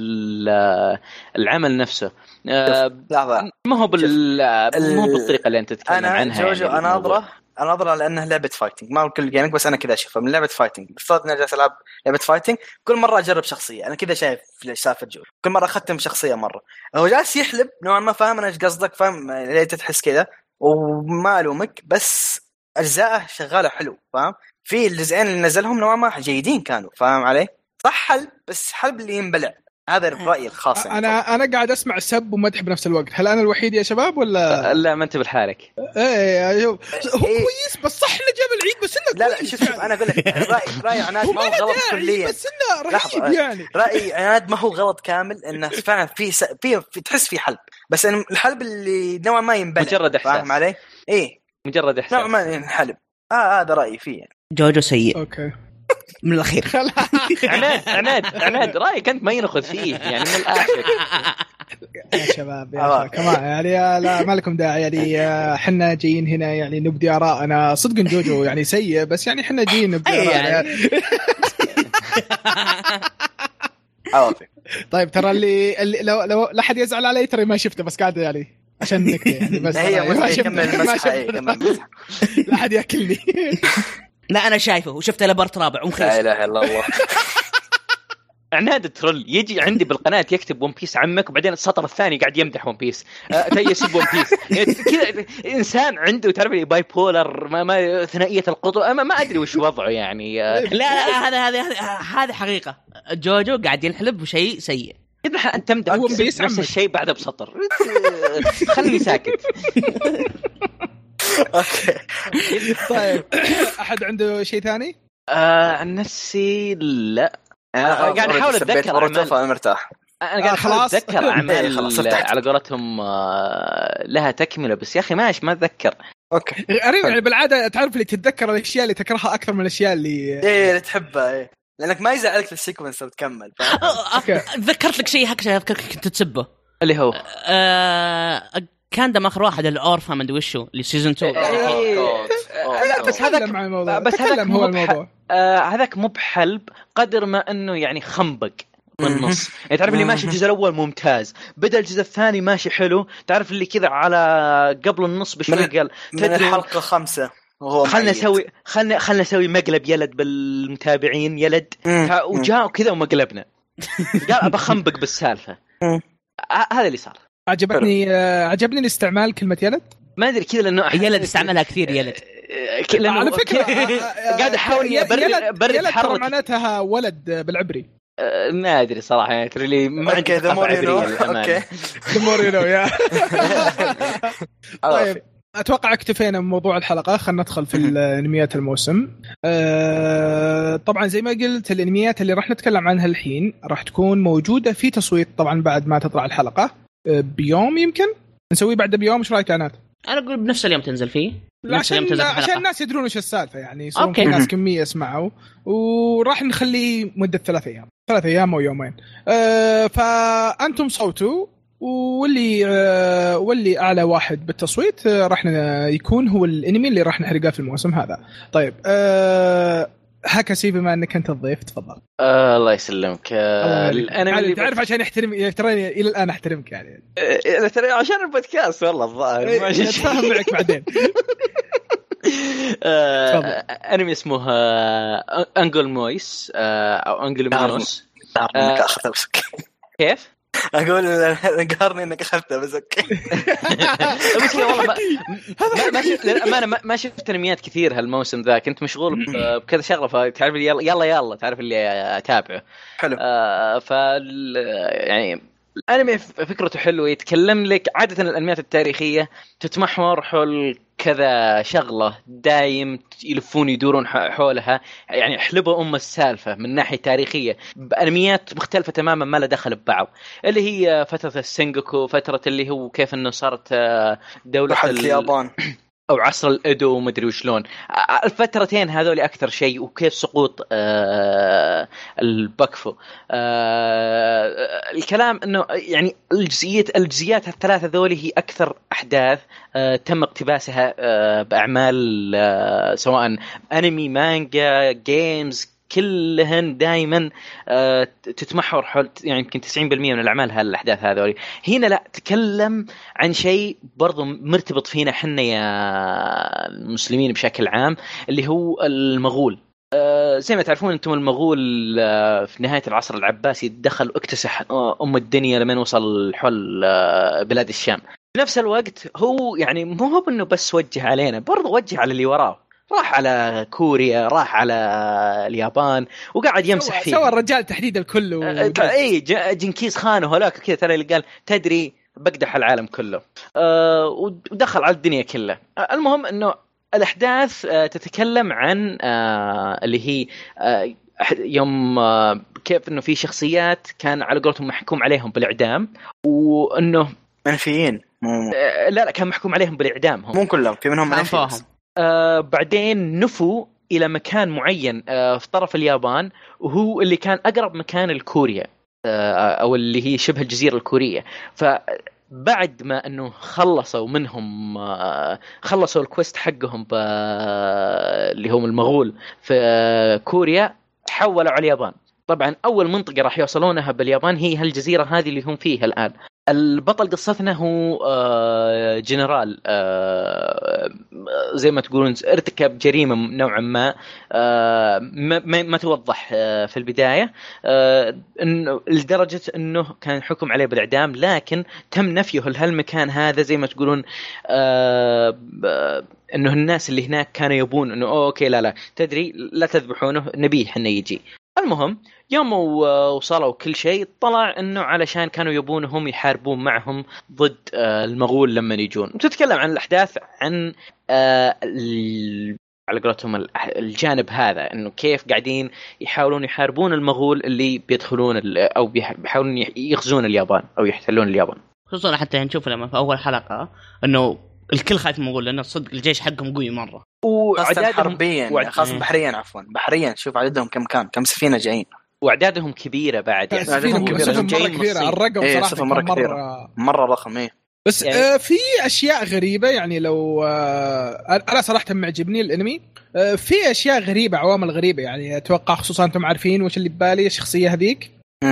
العمل نفسه. لحظه ما هو بال مو بالطريقه اللي انت تتكلم عنها. أنا جوجو يعني انا اضره انا اضره لانه لعبه فايتنج ما كل جيمك بس انا كذا اشوفها من لعبه فايتنج. بفترض اني جالس العب لعبه فايتنج كل مره اجرب شخصيه انا كذا شايف سالفه جو كل مره اختم شخصيه مره. هو جالس يحلب نوعا ما فاهم انا ايش قصدك فاهم ليه تحس كذا وما الومك بس اجزاءه شغاله حلو فاهم. في الجزئين اللي نزلهم نوعا ما جيدين كانوا فاهم علي صح حلب بس حلب اللي ينبلع. هذا رأيي الخاص. انا انا قاعد اسمع سب ومدح بنفس الوقت. هل انا الوحيد يا شباب ولا لا ما انت بالحالك؟ ايه هو كويس بس صح انه جاب العيد بس انه لا لا شوف انا اقول لك رايي رايي عناد ما هو غلط كليا بس انه رهيب يعني. رايي عناد ما هو غلط كامل انه فعلا في س... في تحس في حلب بس إن الحلب اللي نوعا ما ينبلع مجرد احساس فاهم علي. ايه مجرد احساس نوعا ما ينحلب. اه هذا رايي فيه يعني. جوجو سيء اوكي من الأخير. عناد عناد عناد رأيك أنت ما ينخذ فيه يعني من الآخر يا شباب يا كمان يعني لا ما لكم داعي يعني حنا جايين هنا يعني نبدي آراء. أنا صدق جوجو يعني سيء بس يعني حنا جايين نبدي آراء يعني. طيب ترى اللي, اللي لو لو لا حد يزعل علي ترى ما شفته بس قاعد يعني عشان نكتة يعني بس هي ما شفته لا حد يأكلني. لا أنا شايفه وشفته لبرت رابع ومخيس. لا إله إلا الله. عناد الترول يجي عندي بالقناة يكتب ون بيس عمك وبعدين السطر الثاني قاعد يمدح ون بيس يسب ون بيس كذا. إنسان عنده تعرفي باي بولر ما ما ثنائية القطب ما, ما أدري وش وضعه يعني. لا لا هذا هذا هذا حقيقة. جوجو قاعد ينحلب بشيء سيء. إذا أنت تمدح نفس الشيء بعد بسطر خلني ساكت. أوكي طيب أحد عنده شيء ثاني؟ آه عن نفسي لا. أنا قاعد أحاول أتذكر أعمال. أنا مرتاح. أنا قاعد أحاول أتذكر أعمال على قولتهم لها تكملة بس يا أخي ماش ما أتذكر. اوكي غريب يعني بالعاده تعرف اللي تتذكر الاشياء اللي تكرهها اكثر من الاشياء اللي ايه اللي تحبها ايه لانك ما يزعلك السيكونس وتكمل. ذكرت لك شيء هكذا كنت تسبه اللي هو آه كان ده اخر واحد الاورفا من دوشو اللي سيزون اثنين. لا بس هذاك بس هذاك هو الموضوع. آه هذاك مو بحلب قدر ما انه يعني خنبق بالنص. يعني تعرف اللي ماشي الجزء الاول ممتاز بدا الجزء الثاني ماشي حلو. تعرف اللي كذا على قبل النص بشوي قال من الحلقه خمسة خلنا نسوي خلنا خلنا نسوي مقلب يلد بالمتابعين يلد وجاء كذا ومقلبنا. قال بخنبق بالسالفه. هذا اللي صار. عجبتني عجبني الاستعمال كلمه يلد. ما ادري كذا لانه يلد استعملها كثير يلد. على فكره قاعد احاول ابرد برد حرك معناتها ولد بالعبري. ما ادري صراحه يعني ترى لي ما عندي ثقافه عبريه. اوكي مورينو يا طيب اتوقع اكتفينا من موضوع الحلقه. خلينا ندخل في الانميات الموسم. أه طبعا زي ما قلت الانميات اللي راح نتكلم عنها الحين راح تكون موجوده في تصويت طبعا بعد ما تطلع الحلقه بيوم. يمكن نسويه بعد بيوم. ايش رايك عناد؟ انا اقول بنفس اليوم تنزل فيه عشان عشان الناس يدرون وش السالفه يعني يصيرون في ناس كميه يسمعوا. وراح نخليه مده ثلاث ايام ثلاث ايام او يومين. أه فانتم صوتوا واللي أه واللي اعلى واحد بالتصويت أه راح يكون هو الانمي اللي راح نحرقه في الموسم هذا. طيب أه هكسي بما انك انت الضيف تفضل. آه الله يسلمك. آه انا اللي تعرف عشان يحترم تراني الى الان احترمك يعني آه ترى عشان البودكاست والله الظاهر ما اتفاهم معك بعدين. آه انمي اسمه آه انجل مويس آه او انجل مونوس. آه كيف اقول قهرني انك اخذته بس اوكي. المشكله والله ما ما شفت للامانه ما, ما شفت انميات كثير هالموسم ذا. كنت مشغول بكذا شغله فتعرف يلا يلا يلا تعرف اللي اتابعه. حلو. آه ف يعني الانمي فكرته حلوه. يتكلم لك عاده الانميات التاريخيه تتمحور حول كذا شغله دايم يلفون يدورون حولها. يعني حلبة ام السالفه من ناحيه تاريخيه بانميات مختلفه تماما ما لها دخل ببعض. اللي هي فتره السينجوكو فتره اللي هو كيف انه صارت دوله اليابان او عصر الايدو وما ادري وشلون. الفترتين هذول اكثر شيء وكيف سقوط آه الباكفو. آه الكلام انه يعني الجزئيات الجزئيات الثلاثه ذولي هي اكثر احداث آه تم اقتباسها آه باعمال آه سواء انمي مانجا جيمز كلهن دائما آه تتمحور حول يعني يمكن تسعين بالمئة من الأعمال هالأحداث هذولي. هنا لا تكلم عن شيء برضو مرتبط فينا حنا يا المسلمين بشكل عام اللي هو المغول. آه زي ما تعرفون أنتم المغول آه في نهاية العصر العباسي دخل واكتسح آه أم الدنيا لمن وصل حول آه بلاد الشام. في نفس الوقت هو يعني مو هو إنه بس وجه علينا برضو وجه على اللي وراه. راح على كوريا راح على اليابان وقاعد يمسح فيه. سوى الرجال تحديد الكل و... اي جنكيز خان وهلاك كذا ترى اللي قال تدري بقدح العالم كله. أه ودخل على الدنيا كلها. المهم انه الاحداث أه تتكلم عن أه اللي هي أه يوم أه كيف انه في شخصيات كان على قولتهم محكوم عليهم بالاعدام وانه منفيين. أه لا لا كان محكوم عليهم بالاعدام. هم مو كلهم في منهم منفيين. آه بعدين نفوا إلى مكان معين آه في طرف اليابان وهو اللي كان أقرب مكان الكوريا آه أو اللي هي شبه الجزيرة الكورية. فبعد ما أنه خلصوا منهم آه خلصوا الكويست حقهم اللي هم المغول في آه كوريا حولوا على اليابان. طبعا أول منطقة راح يوصلونها باليابان هي هالجزيرة هذه اللي هم فيها الآن. البطل قصتنا هو آه جنرال آه زي ما تقولون ارتكب جريمة نوعا ما آه ما, ما توضح آه في البداية آه إنه لدرجة إنه كان حكم عليه بالإعدام لكن تم نفيه لهالمكان هذا زي ما تقولون آه إنه الناس اللي هناك كانوا يبون إنه أوكي لا لا تدري لا تذبحونه نبيه حنا يجي. المهم يوم وصلوا كل شيء طلع انه علشان كانوا يبونهم يحاربون معهم ضد المغول لما يجون. تتكلم عن الاحداث عن على قولتهم الجانب هذا انه كيف قاعدين يحاولون يحاربون المغول اللي بيدخلون او بيحاولون يغزون اليابان او يحتلون اليابان. خصوصا حتى نشوف لما في اول حلقه انه الكل خايف من المغول لأن صدق الجيش حقهم قوي مرة وعددهم حربيا وعد... خاصة بحريا عفوا بحريا شوف عددهم كم كان كم سفينة جايين واعدادهم كبيره بعد يعني سفينة مرة كبيرة الرقم إيه صراحة مرة مرة كبيرة مرة ضخم إيه. بس يعني... آه في اشياء غريبه يعني لو آه انا صراحه معجبني الانمي آه في اشياء غريبه عوامل غريبه يعني اتوقع خصوصا انتم عارفين وش اللي ببالي الشخصيه هذيك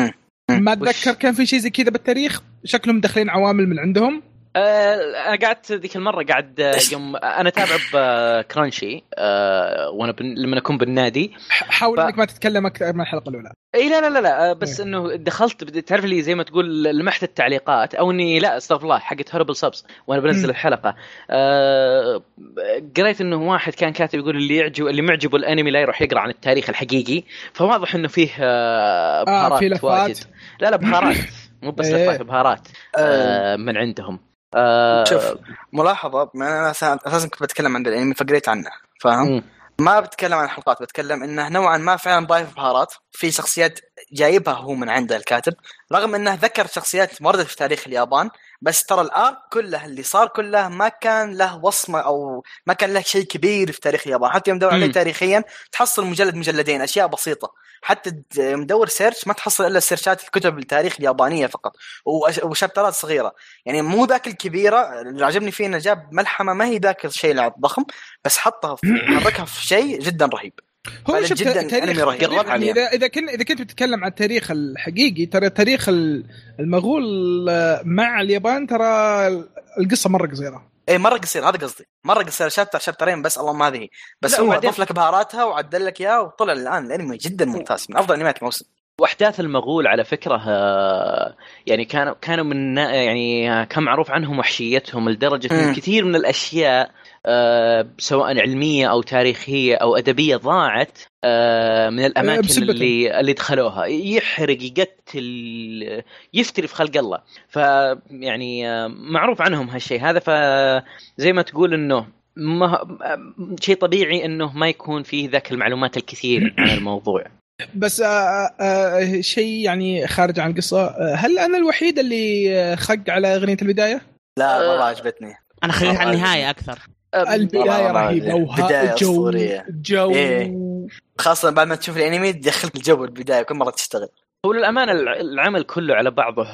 ما اتذكر وش... كان في شيء زي كذا بالتاريخ شكلهم مدخلين عوامل من عندهم. أه انا قعدت ذيك المره قاعد يوم انا اتابع بكرانشي أه وانا بن... لما اكون بالنادي حاول ف... انك ما تتكلم اكثر من الحلقه الاولى. اي لا لا لا, لا بس م. انه دخلت تعرف لي زي ما تقول لمحت التعليقات او اني لا استغفر الله حقت هربل سبس وانا بنزل م. الحلقه أه... قريت انه واحد كان كاتب يقول اللي يعجب اللي معجبه الانمي لا يروح يقرا عن التاريخ الحقيقي فواضح انه فيه أه... بهارات آه واجد. لا لا بهارات مو بس لفات بهارات أه... من عندهم. أه شوف ملاحظة أنا أساسا كنت بتكلم عن الأنمي فقريت عنه فاهم م. ما بتكلم عن الحلقات بتكلم إنه نوعا ما فعلا ضايف بهارات في شخصيات جايبها هو من عنده الكاتب رغم إنه ذكر شخصيات وردت في تاريخ اليابان بس ترى الآن كله اللي صار كله ما كان له وصمة أو ما كان له شيء كبير في تاريخ اليابان حتى يوم دور عليه تاريخيا تحصل مجلد مجلدين أشياء بسيطة حتى مدور سيرش ما تحصل إلا سيرشات الكتب التاريخ اليابانية فقط وشابترات صغيرة يعني مو ذاك الكبيرة اللي عجبني فيه إنه جاب ملحمة ما هي ذاك الشيء الضخم بس حطها حركها في شيء جدا رهيب. هو شوف تاريخ يعني إذا إذا كنت إذا كنت بتتكلم عن التاريخ الحقيقي ترى تاريخ المغول مع اليابان ترى القصة مرة قصيرة. ايه مره قصير هذا قصدي مره قصير شابتر شابترين بس اللهم هذه بس هو ضاف لك بهاراتها وعدل لك اياها وطلع الان الانمي جدا ممتاز من افضل انميات الموسم. واحداث المغول على فكره يعني كانوا كانوا من يعني كان معروف عنهم وحشيتهم لدرجه ان كثير من الاشياء أه سواء علميه او تاريخيه او ادبيه ضاعت أه من الاماكن اللي اللي دخلوها يحرق يقتل يفتري في خلق الله فيعني معروف عنهم هالشيء هذا فزي ما تقول انه ما شيء طبيعي انه ما يكون فيه ذاك المعلومات الكثير عن الموضوع. بس آه آه شيء يعني خارج عن القصة هل أنا الوحيد اللي خق على أغنية البداية؟ لا والله عجبتني أنا خليت على النهاية أكثر. البداية رهيبة بداية جو جو إيه. خاصة بعد ما تشوف الأنمي تدخلك الجو البداية كل مرة تشتغل. هو للأمانة العمل كله على بعضه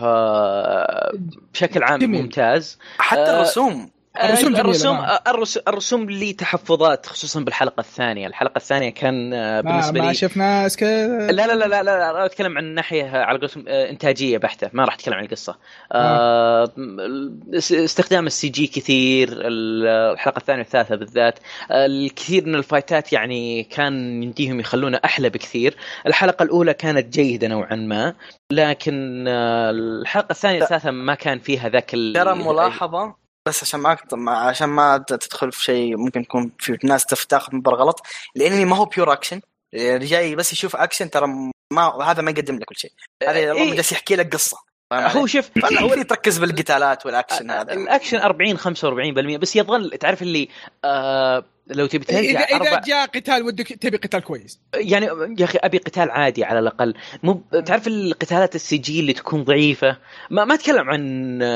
بشكل عام ممتاز حتى الرسوم الرسوم الرسوم الرسوم لي تحفظات خصوصا بالحلقه الثانيه الحلقه الثانيه كان بالنسبه ما لي ما شفنا اسك... لا لا لا لا لا اتكلم عن ناحيه على قسم انتاجيه بحته ما راح اتكلم عن القصه آه. استخدام السي جي كثير الحلقه الثانيه والثالثه بالذات الكثير من الفايتات يعني كان ينديهم يخلونه احلى بكثير. الحلقه الاولى كانت جيده نوعا ما لكن الحلقه الثانيه والثالثه ما كان فيها ذاك ترى ملاحظه بس عشان ما عشان ما تدخل في شيء ممكن يكون في ناس تاخذ من غلط الانمي ما هو بيور اكشن جاي بس يشوف اكشن ترى ما هذا ما يقدم لك كل شيء هذا إيه؟ والله جالس يحكي لك قصه هو شوف هو اللي تركز بالقتالات والاكشن هذا الاكشن أربعين خمسة وأربعين بالمئة بس يظل تعرف اللي آه لو تبي ترجع إذا, إذا أربع... جاء قتال ودك تبي قتال كويس يعني يا أخي أبي قتال عادي على الأقل مو تعرف القتالات السي جي اللي تكون ضعيفة ما ما أتكلم عن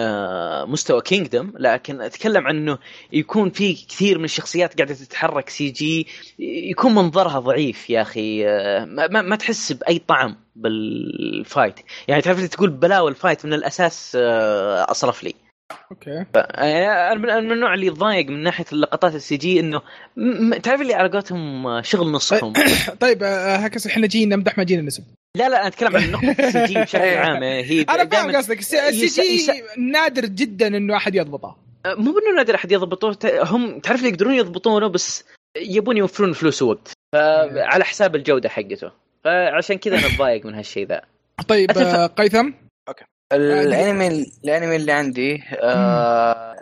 مستوى كينغدم لكن أتكلم عنه يكون في كثير من الشخصيات قاعدة تتحرك سي جي يكون منظرها ضعيف يا أخي ما, ما تحس بأي طعم بالفايت يعني تعرف اللي تقول بلاوي الفايت من الأساس أصرف لي اوكي انا من النوع اللي يضايق من ناحيه اللقطات السي جي انه م- تعرف اللي علاقاتهم شغل نصهم. طيب هكذا احنا جينا نمدح ما جينا نسب لا لا انا اتكلم عن نقطه السي جي بشكل عام هي انا فاهم قصدك السي جي يس... نادر جدا انه احد يضبطه مو انه نادر احد يضبطه هم تعرف اللي يقدرون يضبطونه بس يبون يوفرون فلوس ووقت على حساب الجوده حقته فعشان كذا انا اتضايق من هالشيء ذا. طيب أتف... قيثم اوكي الانمي الانمي اللي عندي آه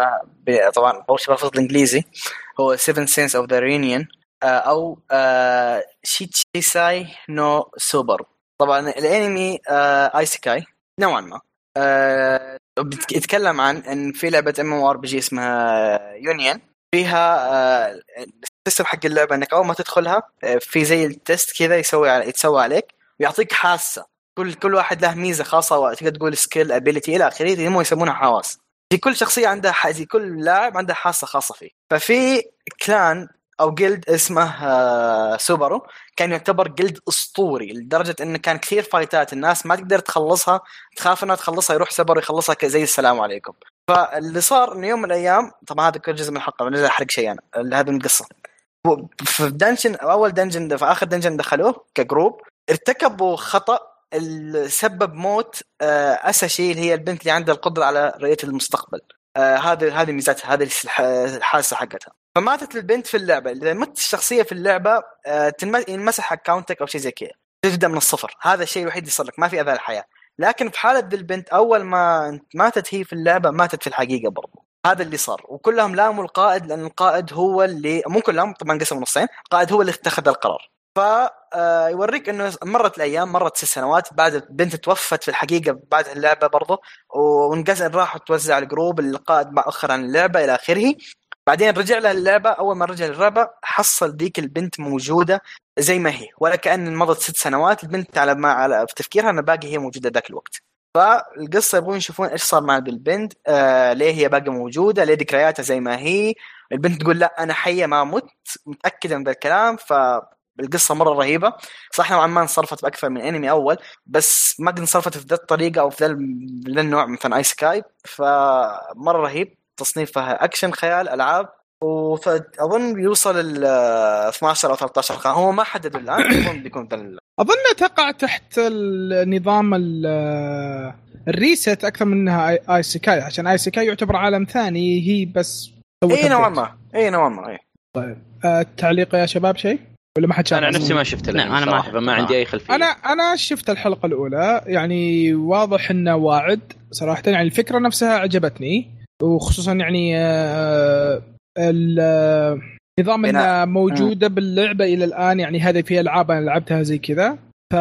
طبعا اول شيء بفضل الانجليزي هو Seven Sense of the Reunion آه او آه شيتشيساي نو سوبر. طبعا الانمي آه ايسيكاي نوعا ما آه بيتكلم عن ان في لعبه ام ام ار بي جي اسمها يونيون فيها آه السيستم حق اللعبه انك اول ما تدخلها آه في زي التست كذا يسوي يتسوى عليك ويعطيك حاسه كل كل واحد له ميزه خاصه وتقدر تقول سكيل ابيليتي الى اخره مو يسمونها حواس زي كل شخصيه عندها زي كل لاعب عنده حاسه خاصه فيه. ففي كلان او جلد اسمه سوبرو كان يعتبر جلد اسطوري لدرجه انه كان كثير فايتات الناس ما تقدر تخلصها، تخاف انها تخلصها، يروح سوبرو يخلصها زي السلام عليكم. فاللي صار انه يوم من الايام، طبعا هذا كل جزء من الحلقه ما احرق شيء انا، هذا من القصه. في دنجن اول دنجن في اخر دنجن دخلوه كجروب ارتكبوا خطا سبب موت اساشي اللي هي البنت اللي عندها القدره على رؤيه المستقبل. هذه هذه ميزتها، هذه الحاسه حقتها. فماتت البنت في اللعبه. اذا مت الشخصيه في اللعبه ينمسح اكاونتك او شيء زي كذا، تبدا من الصفر. هذا الشيء الوحيد اللي يصير لك، ما في اذى الحياه. لكن في حاله البنت اول ما ماتت هي في اللعبه ماتت في الحقيقه برضو. هذا اللي صار. وكلهم لاموا القائد لان القائد هو اللي ممكن لام طبعا قسم نصين، القائد هو اللي اتخذ القرار. فيوريك انه مرت الايام، مرت ست سنوات بعد البنت توفت في الحقيقه بعد اللعبه برضو، وانقسم راحوا توزع الجروب، القائد مأخر عن اللعبه الى اخره. بعدين رجع لها اللعبه. اول ما رجع للعبه حصل ديك البنت موجوده زي ما هي، ولا كأن مضت ست سنوات. البنت على ما على في تفكيرها انها باقي هي موجوده ذاك الوقت. فالقصه يبغون يشوفون ايش صار مع البنت، آه ليه هي باقي موجوده، ليه ذكرياتها زي ما هي. البنت تقول لا انا حيه ما مت، متاكده من ذا الكلام. فالقصه مره رهيبه صح. نوعا ما انصرفت باكثر من انمي اول، بس ما قد انصرفت في ذا الطريقه او في ذا النوع مثلا اي سكاي. فمره رهيب. تصنيفها اكشن خيال العاب، وأظن بيوصل ال اثنا عشر أو ثلاثة عشر. هو ما حددوا الآن. أظن بيكون دل... أظن تقع تحت النظام الريست أكثر منها آي سيكاي، عشان آي سيكاي يعتبر عالم ثاني، هي بس إيه نوعا ما. إيه نوعا ما. إيه. طيب التعليق يا شباب شيء ولا ما حد شاف؟ أنا نفسي ما شفت الأنمي صراحة، فما عندي أي خلفية. أنا أنا شفت الحلقة الأولى، يعني واضح إنه واعد صراحة. يعني الفكرة نفسها عجبتني، وخصوصا يعني آه النظام انها موجوده باللعبه الى الان. يعني هذه في العاب انا لعبتها زي كذا،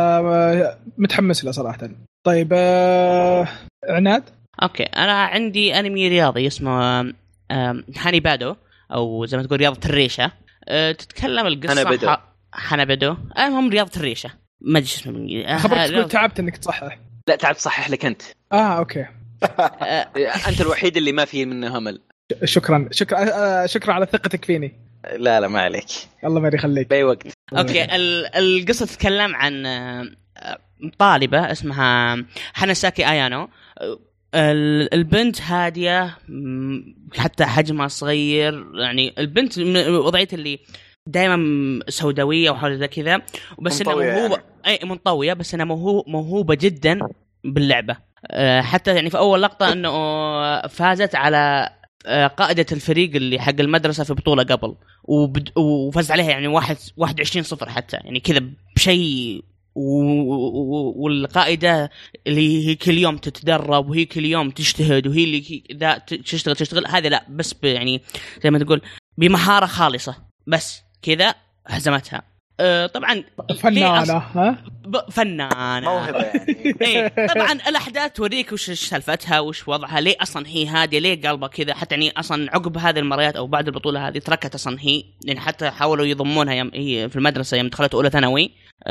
فمتحمس له صراحه. طيب آه... عناد. اوكي انا عندي انمي رياضي اسمه هاني بادو، او زي ما تقول رياضه الريشه. أه تتكلم القصه هانابادو. المهم رياضه الريشه، ما ادري اسمه بالانجليزي. خبرت تقول تعبت انك تصحح. لا تعبت صحح لك انت. اه اوكي. انت الوحيد اللي ما فيه منه همل. شكرا شكرا شكرا على ثقتك فيني. لا لا ما عليك، الله ما يخليك باي وقت. اوكي القصه تتكلم عن طالبه اسمها هاناساكي ايانو. البنت هاديه حتى حجمها صغير، يعني البنت وضعيه اللي دائما سوداويه وحول ذا كذا، بس انها موهوبه. اي منطويه، بس انها موهوبه جدا باللعبه. حتى يعني في اول لقطه انه فازت على قائدة الفريق اللي حق المدرسة في بطولة قبل، وبد... وفاز عليها يعني واحد واحد وعشرين صفر حتى، يعني كذا بشيء. و... والقائدة اللي هي كل يوم تتدرب، وهي كل يوم تجتهد، وهي اللي ذا تشتغل تشتغل هذه لا بس ب... يعني زي ما تقول بمهارة خالصة، بس كذا هزمتها. أه طبعا فنانة ها فنانة موهبة يعني. إيه طبعا الأحداث توريك وش سالفتها وش وضعها، ليه أصلا هي هادية، ليه قلبها كذا. حتى يعني أصلا عقب هذه المباريات أو بعد البطولة هذه تركت أصلا هي، يعني حتى حاولوا يضمونها يم هي في المدرسة يوم دخلت أولى ثانوي.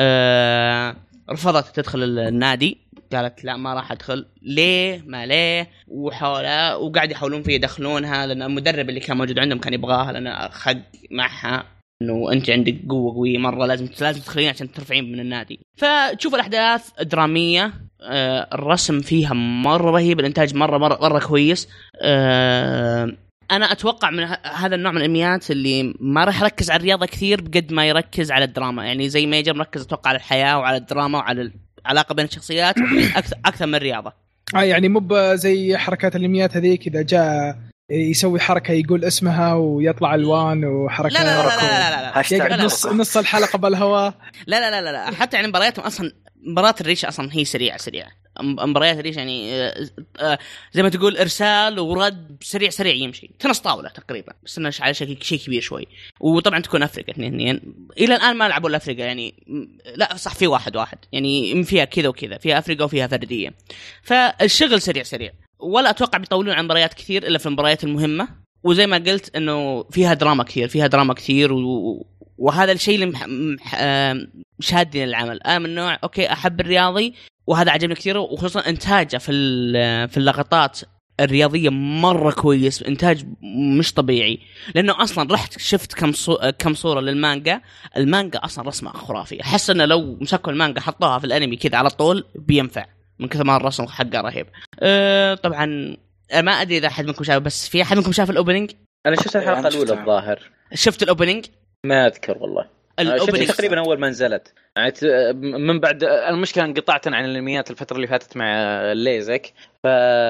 أه رفضت تدخل النادي، قالت لا ما راح أدخل. ليه ما ليه وحاولها، وقاعد يحاولون فيه يدخلونها لأن المدرب اللي كان موجود عندهم كان يبغاها، لأن خد معها انه انت عندك قوه قويه مره، لازم لازم تدخلين عشان ترفعين من النادي. فتشوف الاحداث دراميه. آه الرسم فيها مره رهيب، الانتاج مره مره, مرة كويس. آه انا اتوقع من هذا النوع من الانميات اللي ما راح يركز على الرياضه كثير بقد ما يركز على الدراما. يعني زي ما يجي مركز اتوقع على الحياه وعلى الدراما وعلى العلاقه بين الشخصيات اكثر اكثر من الرياضه. اه يعني مو زي حركات الانميات هذيك اذا جاء يسوي حركة يقول اسمها ويطلع الوان وحركة. لا لا لا لا لا لا لا نص نص الحلقة بالهواء. لا لا لا لا حتى يعني مبارياتهم اصلا مباريات الريش اصلا هي سريعة سريعة. مباريات الريش يعني زي ما تقول ارسال ورد سريع سريع يمشي تنص طاولة تقريبا، بس انه على شكل شيء كبير شوي. وطبعا تكون افريقيا اثنين اثنين. الى الان ما لعبوا الافريقيا يعني، لا صح في واحد واحد يعني فيها كذا وكذا، فيها افريقيا وفيها فردية. فالشغل سريع سريع، ولا اتوقع بيطولون عن مباريات كثير الا في المباريات المهمه. وزي ما قلت انه فيها دراما كثير فيها دراما كثير و... وهذا الشيء اللي مح... مح... شادني العمل. انا من نوع اوكي احب الرياضي، وهذا عجبني كثير، وخصوصا انتاجه في في اللقطات الرياضيه مره كويس، انتاج مش طبيعي. لانه اصلا رحت شفت كم صو... كم صوره للمانجا، المانجا اصلا رسمها خرافي، احس انه لو مسكوا المانجا حطوها في الانمي كذا على طول بينفع من كثر ما الرسم حقه رهيب. أه طبعا ما ادري اذا احد منكم شاف، بس في احد منكم شاف الاوبننج؟ انا شفت الحلقه الاولى الظاهر. شفت الاوبننج؟ ما اذكر والله. شفت تقريبا اول ما نزلت من بعد. المشكله انقطعت عن الانميات الفتره اللي فاتت مع الليزك، ف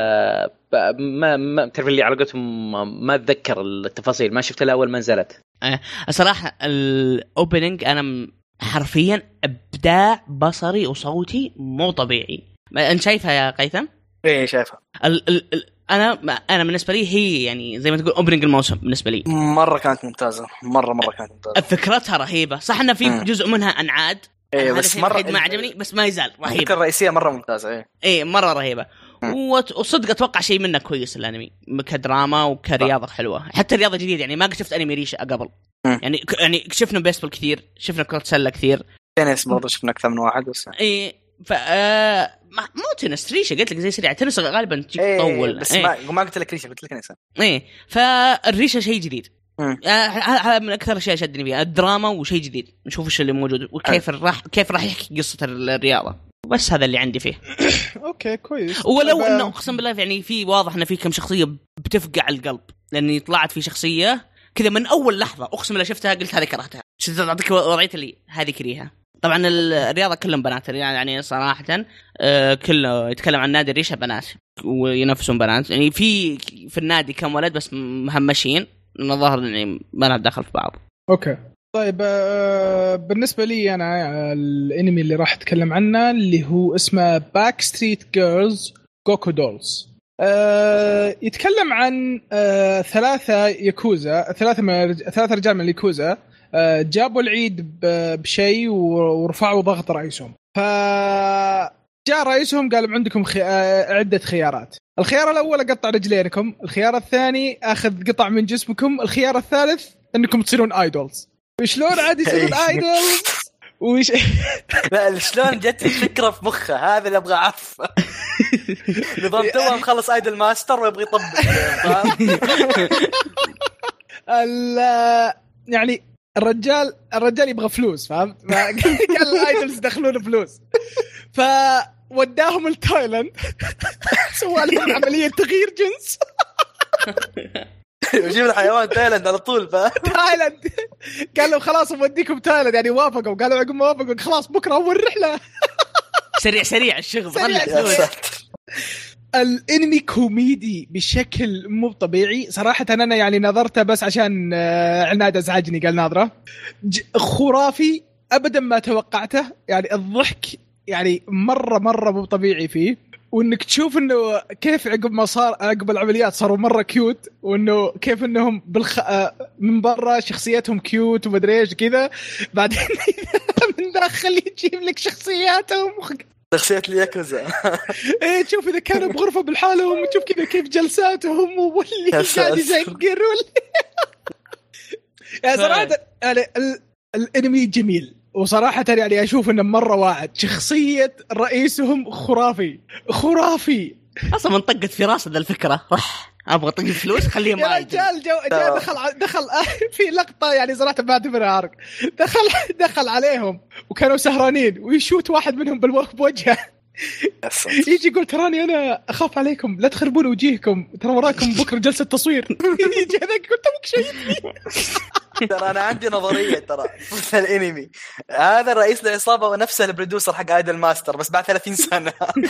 ما ما تعرف اللي علاقتهم ما اتذكر التفاصيل، ما شفت الا اول ما نزلت. أه الصراحه الاوبننج انا حرفيا ابداع بصري وصوتي مو طبيعي. انت شايفها يا قيثم؟ ايه شايفها. ال ال ال انا انا بالنسبه لي هي يعني زي ما تقول اوبننج الموسم بالنسبه لي مره كانت ممتازه، مره مره كانت ممتازه. فكرتها رهيبه، صح انه في جزء منها انعاد، ايه بس مره ما عجبني، بس ما يزال رهيبه. الفكره الرئيسيه مره ممتازه. ايه ايه مره رهيبه. وصدق اتوقع شيء منه كويس الانمي كدراما وكرياضه حلوه، حتى رياضه جديده يعني ما شفت انمي ريشه قبل. م. يعني يعني شفنا بيسبول كثير، شفنا كرة سله كثير، تنس برضه شفنا اكثر من واحد. بس ايه ف آه... مو تنس ريشه، قلت لك زي سريع تنس غالبا تطول. إيه بس إيه. ما ما قلت لك ريشه، قلت لك نسا. ايه فالريشه شيء جديد. هذا من اكثر الاشياء شدني فيها الدراما، وشيء جديد نشوف ايش اللي موجود وكيف راح كيف راح يحكي قصه الرياضه. بس هذا اللي عندي فيه. اوكي كويس. ولو انه اقسم بالله يعني في واضح انه في كم شخصيه بتفقع القلب، لاني طلعت في شخصيه كذا من اول لحظه اقسم بالله شفتها قلت هذه كرهتها. شفت اعطيك وضعيت اللي هذه كريهه. طبعا الرياضه كلهم بنات يعني صراحه آه كله يتكلم عن نادي الريشه بنات وينافسون بنات. يعني في في النادي كم ولد بس مهمشين، لأنه ظاهر إني بنات داخل في بعض. أوكي طيب. آه بالنسبة لي أنا الأنمي اللي راح أتكلم عنه اللي هو اسمه باك ستريت جيرلز جوكو دولز. آه يتكلم عن آه ثلاثة ياكوزا، ثلاثة من ثلاثة رجال من الياكوزا آه جابوا العيد بشيء ورفعوا ضغط رئيسهم. ف جاء رئيسهم قال عندكم خي... عدة خيارات. الخيار الأول أقطع رجلينكم، الخيار الثاني أخذ قطع من جسمكم، الخيار الثالث أنكم تصيرون آيدولز. وشلون عاد يصيرون آيدولز؟ وش لا شلون جت الفكرة في مخه؟ هذا اللي أبغى أعرفه. نظام توه مخلص آيدول ماستر ويبغى يطبق. يعني الرجال الرجال يبغى فلوس، فهمت؟ قال الآيدولز دخلون فلوس، فوداهم التايلاند سوى لهم عملية تغيير جنس. وجيب الحيوان تايلاند على طول. ف تايلاند قالوا خلاص نوديكم تايلاند، يعني وافقوا. قالوا عقب ما وافقوا خلاص بكرة أول رحلة. سريع سريع الشغل طلع فلوس. الانمي كوميدي بشكل مو طبيعي صراحة. أنا يعني نظرته بس عشان عناد أزعجني قال ناظرة. خرافي أبدا ما توقعته، يعني الضحك يعني مرة مرة مو طبيعي فيه. وإنك تشوف إنه كيف عقب ما صار عقب العمليات صاروا مرة كيوت، وإنه كيف إنهم بالخ... من برا شخصياتهم كيوت ومدري إيش كذا، بعدين من داخل يجيب لك شخصياتهم شخصيات الياكوزا. إيه تشوف إذا كانوا بغرفة بالحالهم وتشوف كذا كيف جلساتهم واللي قاعد يزقر يا صراحة يعني ال... الانمي جميل، وصراحة يعني أشوف إنه مرة واعد. شخصية رئيسهم خرافي خرافي أصلا من طقت في راسه ذا الفكرة، رح أبغى طق فلوس خليه معي. يا رجال جو جاء دخل دخل في لقطة يعني صراحة ما أعتبرها عرق. دخل دخل عليهم وكانوا سهرانين ويشوت واحد منهم بوجهه. يجي يقول تراني أنا أخاف عليكم لا تخربون وجيهكم، ترى وراكم بكرة جلسة تصوير. يجي هذاك قلت أبوك شيء. ترى أنا عندي نظرية ترى في الانمي هذا الرئيس العصابة ونفسه البرودوسر حق آيدول ماستر بس بعد ثلاثين سنة.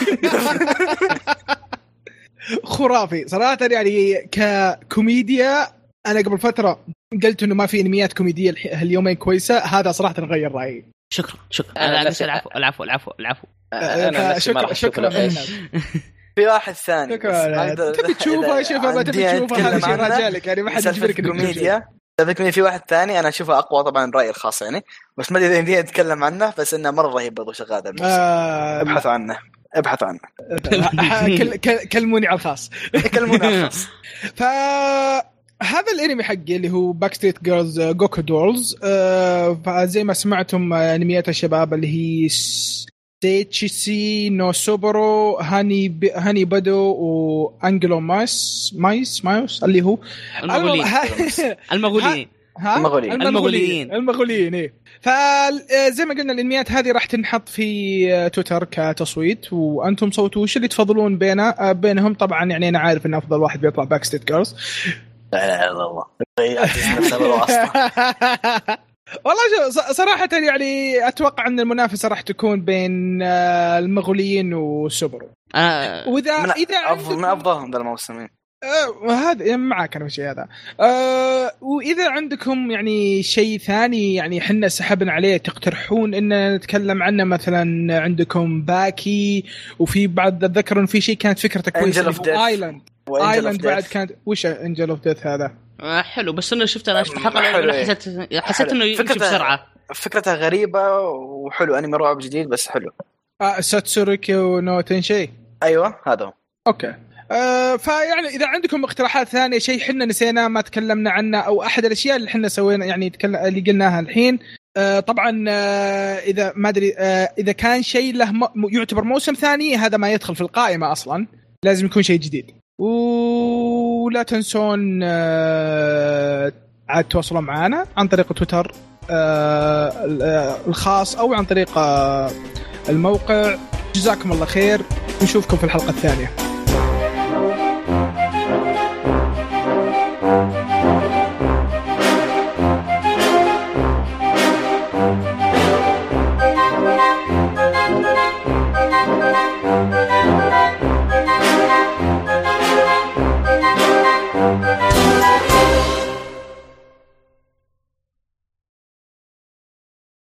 خرافي صراحة. يعني ككوميديا أنا قبل فترة قلت إنه ما في أنميات كوميدية اليومين كويسة، هذا صراحة غير رأيي. شكرا شكرا. العفو العفو العفو العفو. أنا شكرا شكرا. في واحد ثاني تبي تشوفه شوفه ما تبي تشوفه هذا شيء رجالك، يعني ما حد يجبرك كوميديا. طيب في واحد ثاني أنا أشوفه أقوى طبعا رأيي الخاص يعني، بس ما أدري إذا أتكلم عنه، بس إنه مرة رهيب برضو شغال هذا الموسم. آه ابحثوا عنه ابحثوا عنه. كلموني على الخاص. كلموني على الخاص. فهذا الانمي حقي اللي هو باك ستريت جيرلز جوكو دولز. فزي ما سمعتم انميات الشباب اللي هي ديتشيسي نو سوبرو هاني ب... هاني بدو وانجلو مايس مايس مايوس اللي هو المغوليين المغوليين ها؟ المغوليين المغوليين المغوليين ايه. فزي ما قلنا الانميات هذه راح تنحط في تويتر كتصويت وانتم صوتوا وش اللي تفضلون بينه بينهم. طبعا يعني انا عارف ان افضل واحد بيطلع باك ستيت جيرلز. لا لا لا الله والله شو صراحة يعني أتوقع أن المنافسة راح تكون بين المغوليين والسوبرو. آه وإذا من إذا أفضل من أفضلهم ذا الموسمين. آه هذا معك أنا وشيء هذا. آه وإذا عندكم يعني شيء ثاني يعني حنا سحبنا عليه تقترحون إن نتكلم عنه، مثلا عندكم باكي وفي بعض أتذكر إن في شيء كانت فكرته كويسة آيلاند آيلاند بعد كانت وش أنجل أوف ديث هذا آه حلو بس أنا شفت أنا شفت حلقة حسيت حسيت إنه يمشي بسرعة. فكرتها غريبة وحلو أنمي رعب جديد بس حلو. آه ساتسوريكو نو تنشي أيوة هذا أوكي. آه فيعني إذا عندكم اقتراحات ثانية شيء حنا نسينا ما تكلمنا عنه أو أحد الأشياء اللي حنا سوينا يعني تكلم اللي قلناها الحين آه طبعا آه إذا ما أدري آه إذا كان شيء له م... يعتبر موسم ثاني هذا ما يدخل في القائمة أصلا، لازم يكون شيء جديد. ولا تنسون آه عاد تواصلوا معنا عن طريق تويتر آه الخاص أو عن طريق آه الموقع. جزاكم الله خير ونشوفكم في الحلقة الثانية. Thank you.